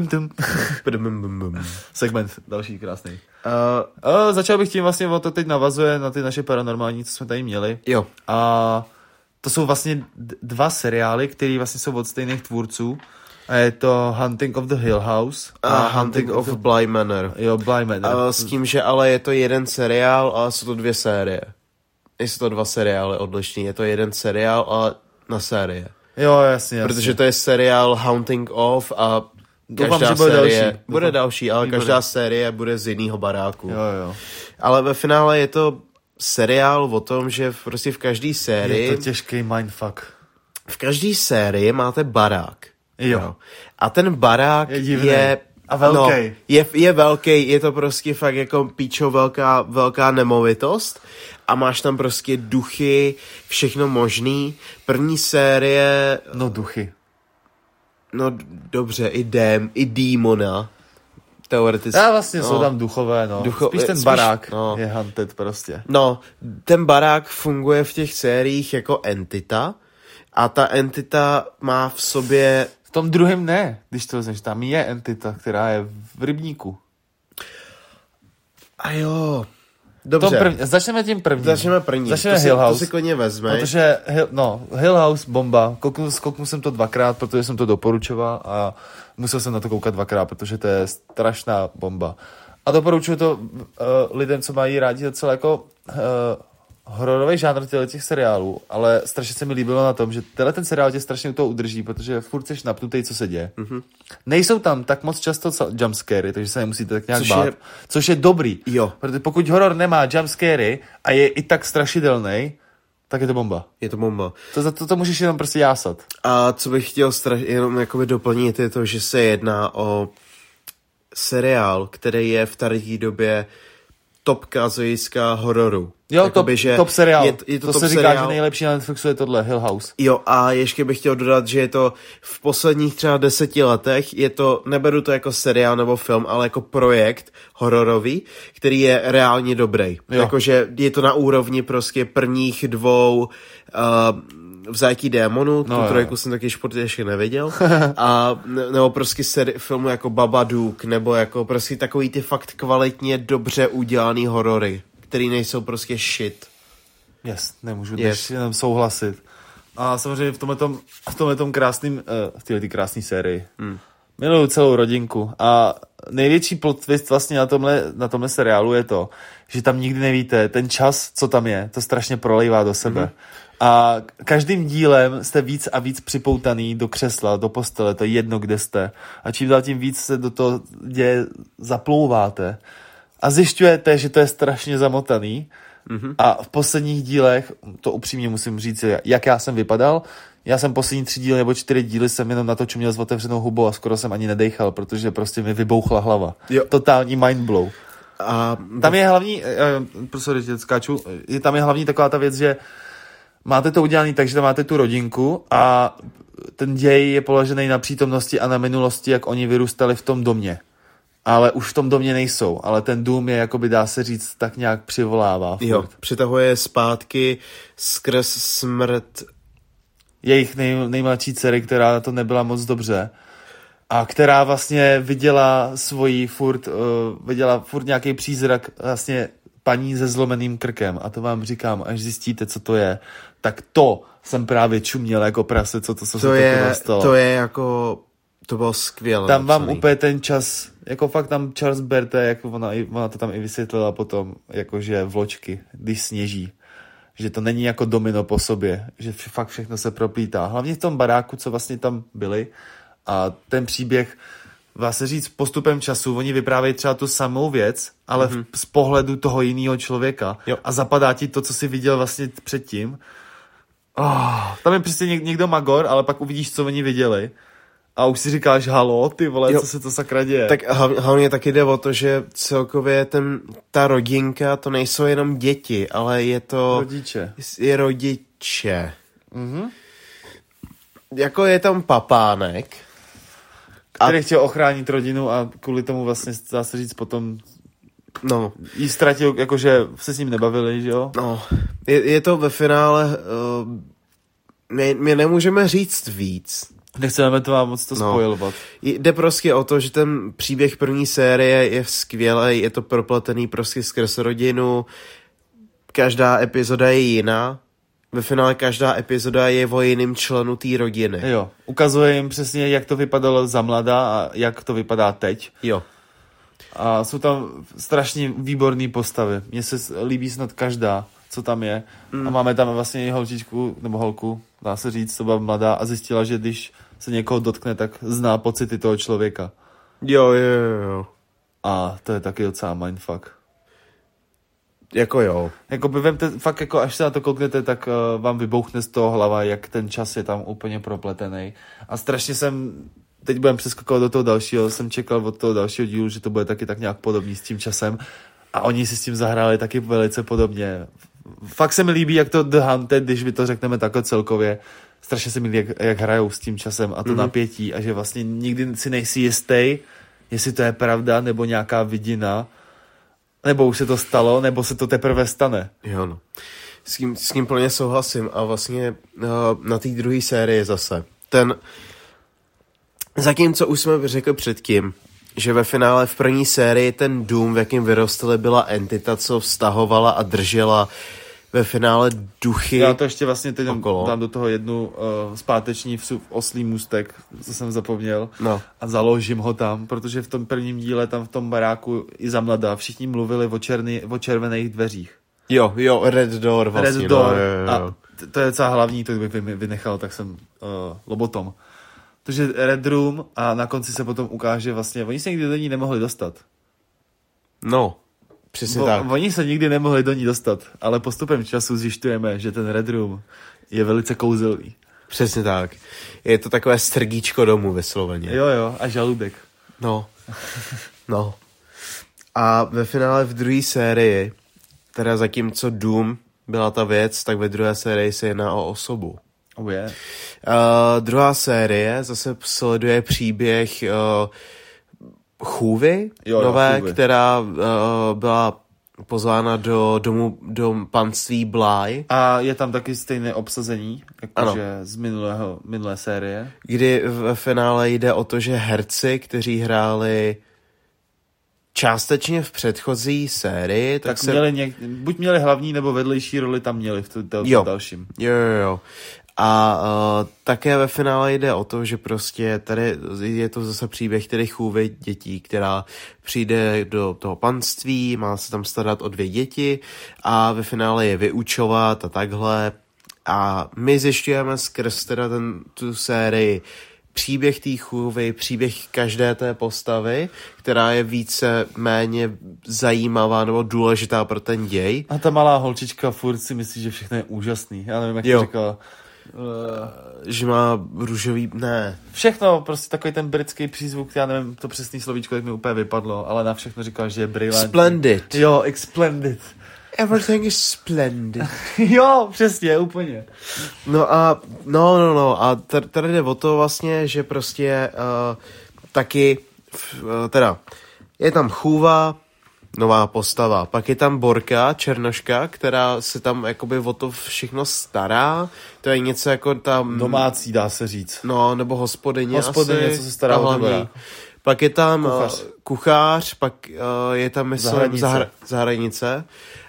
Segment, další krásný. Uh, uh, začal bych tím vlastně, o to teď navazuje na ty naše paranormální, co jsme tady měli. Jo. A to jsou vlastně dva seriály, které vlastně jsou od stejných tvůrců. A je to Hunting of the Hill House. A, a Hunting, Hunting of, of the... Bly Manor. Jo, Bly Manor. A s tím, že ale je to jeden seriál a jsou to dvě série. Jsou to dva seriály odlišný. Je to jeden seriál a na série. Jo, jasně, jasně. Protože to je seriál Hunting of a Doufám, každá bude série další. bude Doufám. další, ale Výborné. každá série bude z jiného baráku. Jo, jo. Ale ve finále je to seriál o tom, že prostě v každé sérii... Je to těžký mindfuck. V každé sérii máte barák. Jo. jo. A ten barák je... je a velký. No, je, je velký, je to prostě fakt jako píčo velká, velká nemovitost a máš tam prostě duchy, všechno možný. První série... No duchy. No dobře, i dém, i démona. Teoreticky. Já vlastně no. jsou tam duchové, no. Ducho, spíš ten spíš, barák no. je hunted prostě. No, ten barák funguje v těch sériích jako entita a ta entita má v sobě... V tom druhém ne, když to vezmeš, tam je entita, která je v rybníku. A jo, dobře. První, začneme tím prvním. Začneme prvním, Začneme to, Hill si, House, to si klidně vezme. Protože, Hill, no, Hill House, bomba. Kouknu, kouknu jsem to dvakrát, protože jsem to doporučoval a musel jsem na to koukat dvakrát, protože to je strašná bomba. A doporučuji to uh, lidem, co mají rádi docela jako uh, hororový žánr těch seriálů, ale strašně se mi líbilo na tom, že tenhle ten seriál tě strašně u toho udrží, protože furt jsi napnutý, co se děje. Mm-hmm. Nejsou tam tak moc často jumpscary, takže se nemusíte tak nějak což bát. Je... Což je dobrý. Jo. Protože pokud horor nemá jumpscary a je i tak strašidelný, tak je to bomba. Je to bomba. To, to, to, to můžeš jenom prostě jásat. A co bych chtěl straš... jenom jakoby doplnit, je to, že se jedná o seriál, který je v tady době topka z hlediska hororu. Jo, Jakoby, top, že top seriál. Je, je to, to top se říká, seriál. Že nejlepší na Netflixu je tohle, Hill House. Jo, a ještě bych chtěl dodat, že je to v posledních třeba deseti letech, je to, neberu to jako seriál nebo film, ale jako projekt hororový, který je reálně dobrý. Jakože je to na úrovni prostě prvních dvou uh, v Zajetí démonů, no, tu trojku jsem taky šport ještě neviděl, a nebo prostě seri- filmu jako Babadook, nebo jako prostě takový ty fakt kvalitně dobře udělaný horory, který nejsou prostě shit. Yes, nemůžu yes. jenom souhlasit. A samozřejmě v tomhletom, v tomhletom krásným, uh, v této krásné sérii. Hmm. Miluju celou rodinku a největší plot twist vlastně na tomhle, na tomhle seriálu je to, že tam nikdy nevíte, ten čas, co tam je, to strašně prolejvá do sebe. Hmm. A každým dílem jste víc a víc připoutaný do křesla, do postele, to je jedno, kde jste. A čím dál tím víc se do toho děje zaplouváte. A zjišťujete, že to je strašně zamotaný. Mm-hmm. A v posledních dílech, to upřímně musím říct, jak já jsem vypadal, já jsem poslední tři díly nebo čtyři díly jsem jenom na to čuměl s otevřenou hubou a skoro jsem ani nedejchal, protože prostě mi vybouchla hlava. Jo. Totální mindblow. A tam je hlavní, prosím, že skáču, je tam je hlavní taková ta věc, že máte to udělané tak, že tam máte tu rodinku a ten děj je položený na přítomnosti a na minulosti, jak oni vyrůstali v tom domě. Ale už v tom domě nejsou, ale ten dům je, jakoby dá se říct, tak nějak přivolává. Furt. Jo, přitahuje zpátky skrz smrt jejich nej, nejmladší dcery, která to nebyla moc dobře a která vlastně viděla svoji furt, uh, viděla furt nějaký přízrak vlastně paní se zlomeným krkem a to vám říkám, až zjistíte, co to je, tak to jsem právě čuměl jako prase, co to, co to se je, to stalo. To je jako, to bylo skvělé. Tam vám celý. Úplně ten čas, jako fakt tam Charles berte, jako ona, ona to tam i vysvětlila potom, jakože vločky, když sněží, že to není jako domino po sobě, že fakt všechno se proplítá. Hlavně v tom baráku, co vlastně tam byli a ten příběh, dá se říct, postupem času, oni vyprávějí třeba tu samou věc, ale mm-hmm. z pohledu toho jiného člověka. Jo. A zapadá ti to, co jsi viděl vlastně předtím. Oh, tam je prostě něk- někdo magor, ale pak uvidíš, co oni viděli. A už si říkáš, halo, ty vole, jo. Co se to sakra děje. Tak hlavně taky jde o to, že celkově ten, ta rodinka, to nejsou jenom děti, ale je to... Rodiče. Je rodiče. Mm-hmm. Jako je tam papánek, který a... chtěl ochránit rodinu a kvůli tomu vlastně, dá se říct, potom no. jí ztratil, jakože se s ním nebavili, že jo? No, je, je to ve finále, uh, my, my nemůžeme říct víc. Nechceme to vám moc to no. spojovat. Jde prostě o to, že ten příběh první série je skvělý, je to propletený prostě skrz rodinu, každá epizoda je jiná. Ve finále každá epizoda je o jiným členu té rodiny. Jo, ukazuje jim přesně, jak to vypadalo za mladá a jak to vypadá teď. Jo. A jsou tam strašně výborné postavy. Mně se líbí snad každá, co tam je. Mm. A máme tam vlastně holčičku, nebo holku, dá se říct, to byla mladá a zjistila, že když se někoho dotkne, tak zná pocity toho člověka. Jo, jo, jo. A to je taky docela mindfuck. Jako jo. Jako by vemte, fakt jako až se na to kouknete, tak uh, vám vybouchne z toho hlava, jak ten čas je tam úplně propletený. A strašně jsem, teď budem přeskakovat do toho dalšího, jsem čekal od toho dalšího dílu, že to bude taky tak nějak podobný s tím časem. A oni si s tím zahráli taky velice podobně. Fakt se mi líbí, jak to The Hunted, když vy to řekneme takhle celkově, strašně se mi líbí, jak, jak hrajou s tím časem a to mm-hmm. napětí a že vlastně nikdy si nejsi jistý, jestli to je pravda nebo nějaká vidina. Nebo už se to stalo, nebo se to teprve stane. Jo, no. S tím, s tím plně souhlasím. A vlastně uh, na té druhé sérii zase. Ten, zatímco už jsme řekli předtím, že ve finále v první sérii ten dům, v jakém vyrostli, byla entita, co vztahovala a držela ve finále duchy. Já to ještě vlastně teď okolo. dám do toho jednu uh, zpáteční vsup, oslý můstek, co jsem zapomněl, no. a založím ho tam, protože v tom prvním díle tam v tom baráku i za mladá všichni mluvili o, černý, o červených dveřích. Jo, jo, Red Door vlastně. Red Door. No, jo, jo. A to je docela hlavní, to kdybych vynechal, tak jsem uh, lobotom. Takže Red Room a na konci se potom ukáže vlastně, oni se nikdy do ní nemohli dostat. No, přesně Bo, tak. Oni se nikdy nemohli do ní dostat, ale postupem času zjišťujeme, že ten Red Room je velice kouzelný. Přesně tak. Je to takové strgíčko domů vysloveně. Jo, jo, a žaludek. No, no. A ve finále v druhé sérii, teda zatímco Doom byla ta věc, tak ve druhé sérii se jedná o osobu. Oh yeah. Uh, druhá série zase sleduje příběh uh, Chůvy, jo, nové, Chůvy. která uh, byla pozvána do domu do panství Bly. A je tam taky stejné obsazení, jakože z minulého, minulé série. Kdy v finále jde o to, že herci, kteří hráli částečně v předchozí sérii, tak, tak se... měli něk... buď měli hlavní nebo vedlejší roli tam měli v tom dalším. Jo, jo, jo. A uh, také ve finále jde o to, že prostě tady je to zase příběh tedy chůvy dětí, která přijde do toho panství, má se tam starat o dvě děti a ve finále je vyučovat a takhle. A my zjišťujeme skrz teda ten, tu sérii příběh té chůvy, příběh každé té postavy, která je více méně zajímavá nebo důležitá pro ten děj. A ta malá holčička furt si myslí, že všechno je úžasný. Já nevím, jak jo. to říkala. Uh, že má růžový, ne. Všechno, prostě takový ten britský přízvuk, já nevím, to přesný slovíčko, jak mi úplně vypadlo, ale na všechno říkal, že je brilliant. Splendid. Jo, splendid. Everything is splendid. Jo, přesně, úplně. No a, no, no, no, a tady jde o to vlastně, že prostě uh, taky, uh, teda, je tam chůva, nová postava, pak je tam Borka, černoška, která se tam jakoby o to všechno stará, to je něco jako tam... Domácí, dá se říct. No, nebo hospodyně, hospodyně asi. Co se stará o tebe. Pak je tam kuchař, uh, kuchař pak uh, je tam, myslím, zahradnice. Zahr- zahradnice.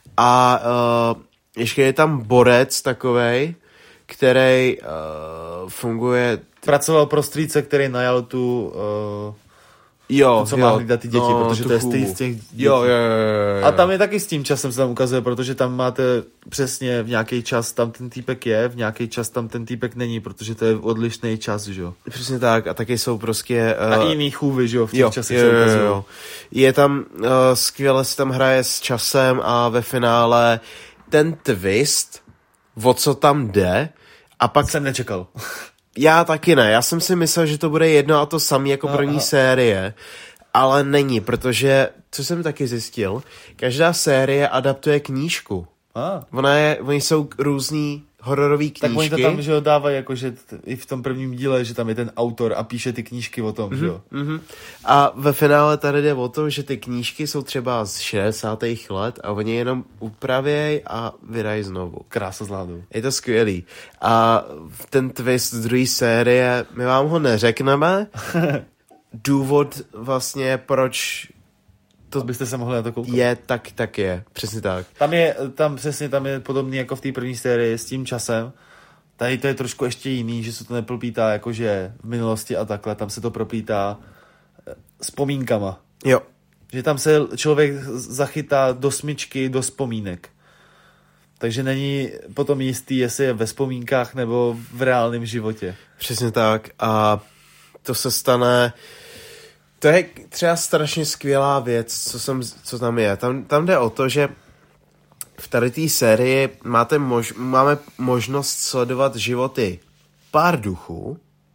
A uh, ještě je tam borec takovej, který uh, funguje... Pracoval pro strýce, který najal tu... Uh, jo, co jo, má hlídat ty děti, no, protože to je strýc těch dětí. Jo, jo, jo, jo. A tam je taky s tím časem se tam ukazuje, protože tam máte přesně v nějaký čas tam ten týpek je, v nějaký čas tam ten týpek není, protože to je odlišný čas, že jo. Přesně tak a taky jsou prostě... Uh, a jiný chůvy, že jo, v těch jo, časech jo, se jo, ukazují. jo. Je tam, uh, skvěle se tam hraje s časem a ve finále ten twist, o co tam jde, a pak... Jsem nečekal. Já taky ne, já jsem si myslel, že to bude jedno a to samé jako Aha. první série, ale není, protože, co jsem taky zjistil, každá série adaptuje knížku. Ah. Ona je, oni jsou různý hororový knížky. Tak oni to tam, že ho dávají, jako, že t- i v tom prvním díle, že tam je ten autor a píše ty knížky o tom, mm-hmm, že jo. Mm-hmm. A ve finále tady jde o to, že ty knížky jsou třeba z šedesátých let a oni jenom upravějí a vydají znovu. Krása zvládou. Je to skvělý. A ten twist z druhé série, my vám ho neřekneme. Důvod vlastně, proč To byste se mohli na to koukat. je, tak, tak je. Přesně tak. Tam je, tam přesně, tam je podobný jako v té první sérii s tím časem. Tady to je trošku ještě jiný, že se to neproplítá jakože v minulosti a takhle, tam se to proplítá vzpomínkama. Jo. Že tam se člověk zachytá do smyčky, do vzpomínek. Takže není potom jistý, jestli je ve vzpomínkách nebo v reálném životě. Přesně tak. A to se stane... To je třeba strašně skvělá věc, co, jsem, co tam je. Tam, tam jde o to, že v tady té sérii máte mož, máme možnost sledovat životy pár duchů.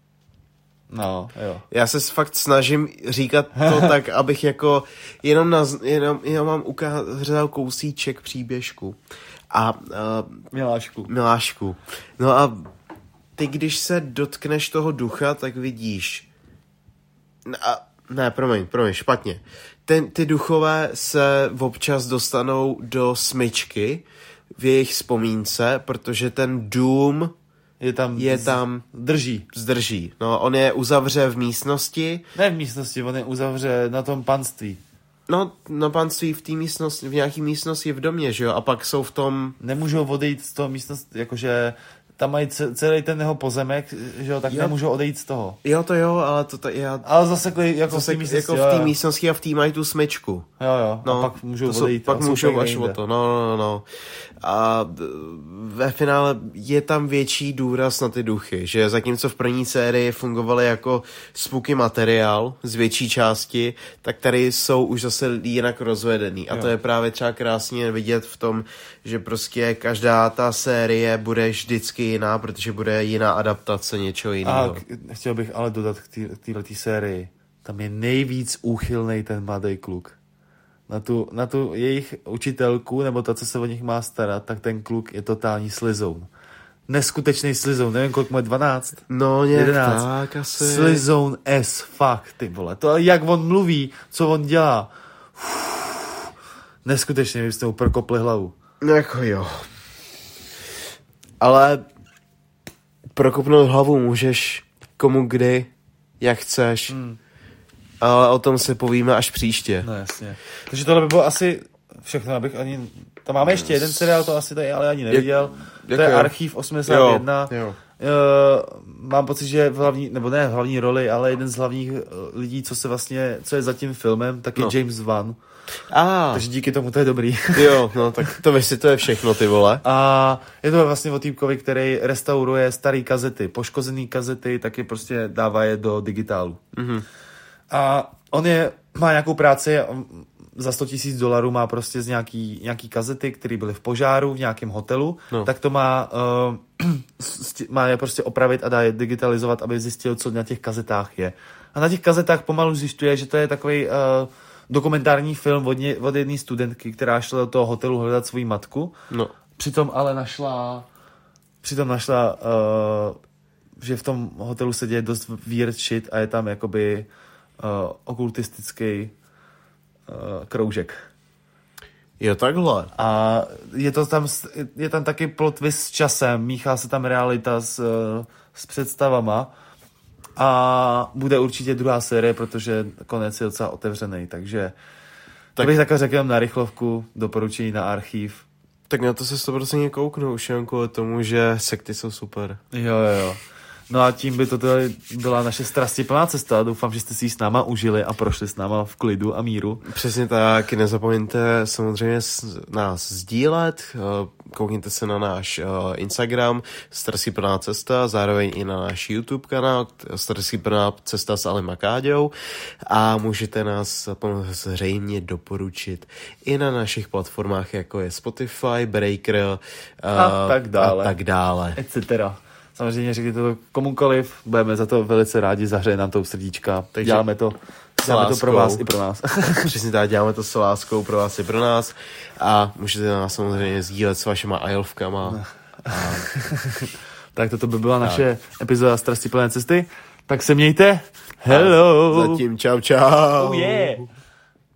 No, jo. Já se fakt snažím říkat to tak, abych jako jenom, na, jenom, jenom mám ukázal kousíček příběžku. A uh, Milášku. Milášku. No a ty, když se dotkneš toho ducha, tak vidíš... A, ne, promiň, promiň, špatně. Ten, ty duchové se občas dostanou do smyčky v jejich vzpomínce, protože ten dům Je tam... je tam... Drží. Zdrží. No, on je uzavře v místnosti. Ne v místnosti, on je uzavře na tom panství. No, na panství v té místnosti, v nějaký místnosti v domě, že jo? A pak jsou v tom... Nemůžou odejít z toho místnosti, jakože tam mají celý ten jeho pozemek, že jo, tak jo. Nemůžou odejít z toho. Jo, to jo, ale to ta, já... Ale zasekli jako zase, v té místnosti. Jako v té místnosti a v té mají tu smyčku. Jo, jo, no, a pak můžou jsou, odejít. Pak můžou až o to, no, no, no. A ve finále je tam větší důraz na ty duchy, že zatímco v první sérii fungovaly jako spooky materiál z větší části, tak tady jsou už zase jinak rozvedený. A jo. To je právě třeba krásně vidět v tom, že prostě každá ta série bude vždycky jiná, protože bude jiná adaptace něčeho jiného. A chtěl bych ale dodat k této sérii, tam je nejvíc úchylnej ten mladý kluk. Na tu, na tu jejich učitelku, nebo ta, co se o nich má starat, tak ten kluk je totální slizoun. Neskutečný slizoun, nevím, kolik mu je, dvanáct? No, nějak jedenáct. Tak asi. Slizoun as fuck, ty vole. To, jak on mluví, co on dělá. Uf, neskutečně, my jste mu prokopli hlavu. No jako jo. Ale prokopnout hlavu můžeš komu kdy, jak chceš. Hmm. Ale o tom se povíme až příště. No jasně. Takže tohle by bylo asi všechno, abych ani... Tam máme ještě jeden seriál, to asi tady ale ani neviděl. Jak, to je jo. Archív osmdesát jedna. Jo, jo. Uh, mám pocit, že v hlavní, nebo ne v hlavní roli, ale jeden z hlavních lidí, co se vlastně, co je za tím filmem, tak je no. James Wan. Ah. Takže díky tomu to je dobrý. Jo, no tak to víš si, to je všechno, ty vole. A je to vlastně o týpkovi, který restauruje starý kazety, poškozený kazety, taky prostě dává je do digitálu. Mhm. A on je, má nějakou práci, za sto tisíc dolarů má prostě z nějaký, nějaký kazety, které byly v požáru v nějakém hotelu, no. Tak to má, uh, má je prostě opravit a dá je digitalizovat, aby zjistil, co na těch kazetách je. A na těch kazetách pomalu zjišťuje, že to je takový uh, dokumentární film od, ně, od jedné studentky, která šla do toho hotelu hledat svou matku. No. Přitom ale našla, přitom našla, uh, že v tom hotelu se děje dost weird shit a je tam jakoby Uh, okultistický uh, kroužek. Jo, takhle. A je to tam, je tam taky plot twist s časem, míchá se tam realita s, uh, s představama a bude určitě druhá série, protože konec je docela otevřený, takže tak bych takhle řekl na rychlovku, doporučení na Archív. Tak na to se sto procent kouknu, už jen kvůli tomu, že sekty jsou super. Jo, jo, jo. No a tím by to tady byla naše strastiplná cesta. Doufám, že jste si ji s náma užili a prošli s náma v klidu a míru. Přesně tak. Nezapomeňte samozřejmě nás sdílet. Koukněte se na náš Instagram Strastiplná cesta, zároveň i na náš YouTube kanál Strastiplná cesta s Alim a Káďou. A můžete nás zřejmě doporučit i na našich platformách, jako je Spotify, Breaker a tak dále. A tak dále. Etc. Samozřejmě řekněte to komukoliv, budeme za to velice rádi, zahřeje nám to srdíčka, takže děláme to, děláme to pro vás i pro nás. Přesně tak, děláme to s láskou pro vás i pro nás a můžete nás samozřejmě sdílet s vašima ajlvkama. A... Tak toto by byla tak. Naše epizoda Strastiplné cesty, tak se mějte, hello! A zatím čau čau! Oh yeah!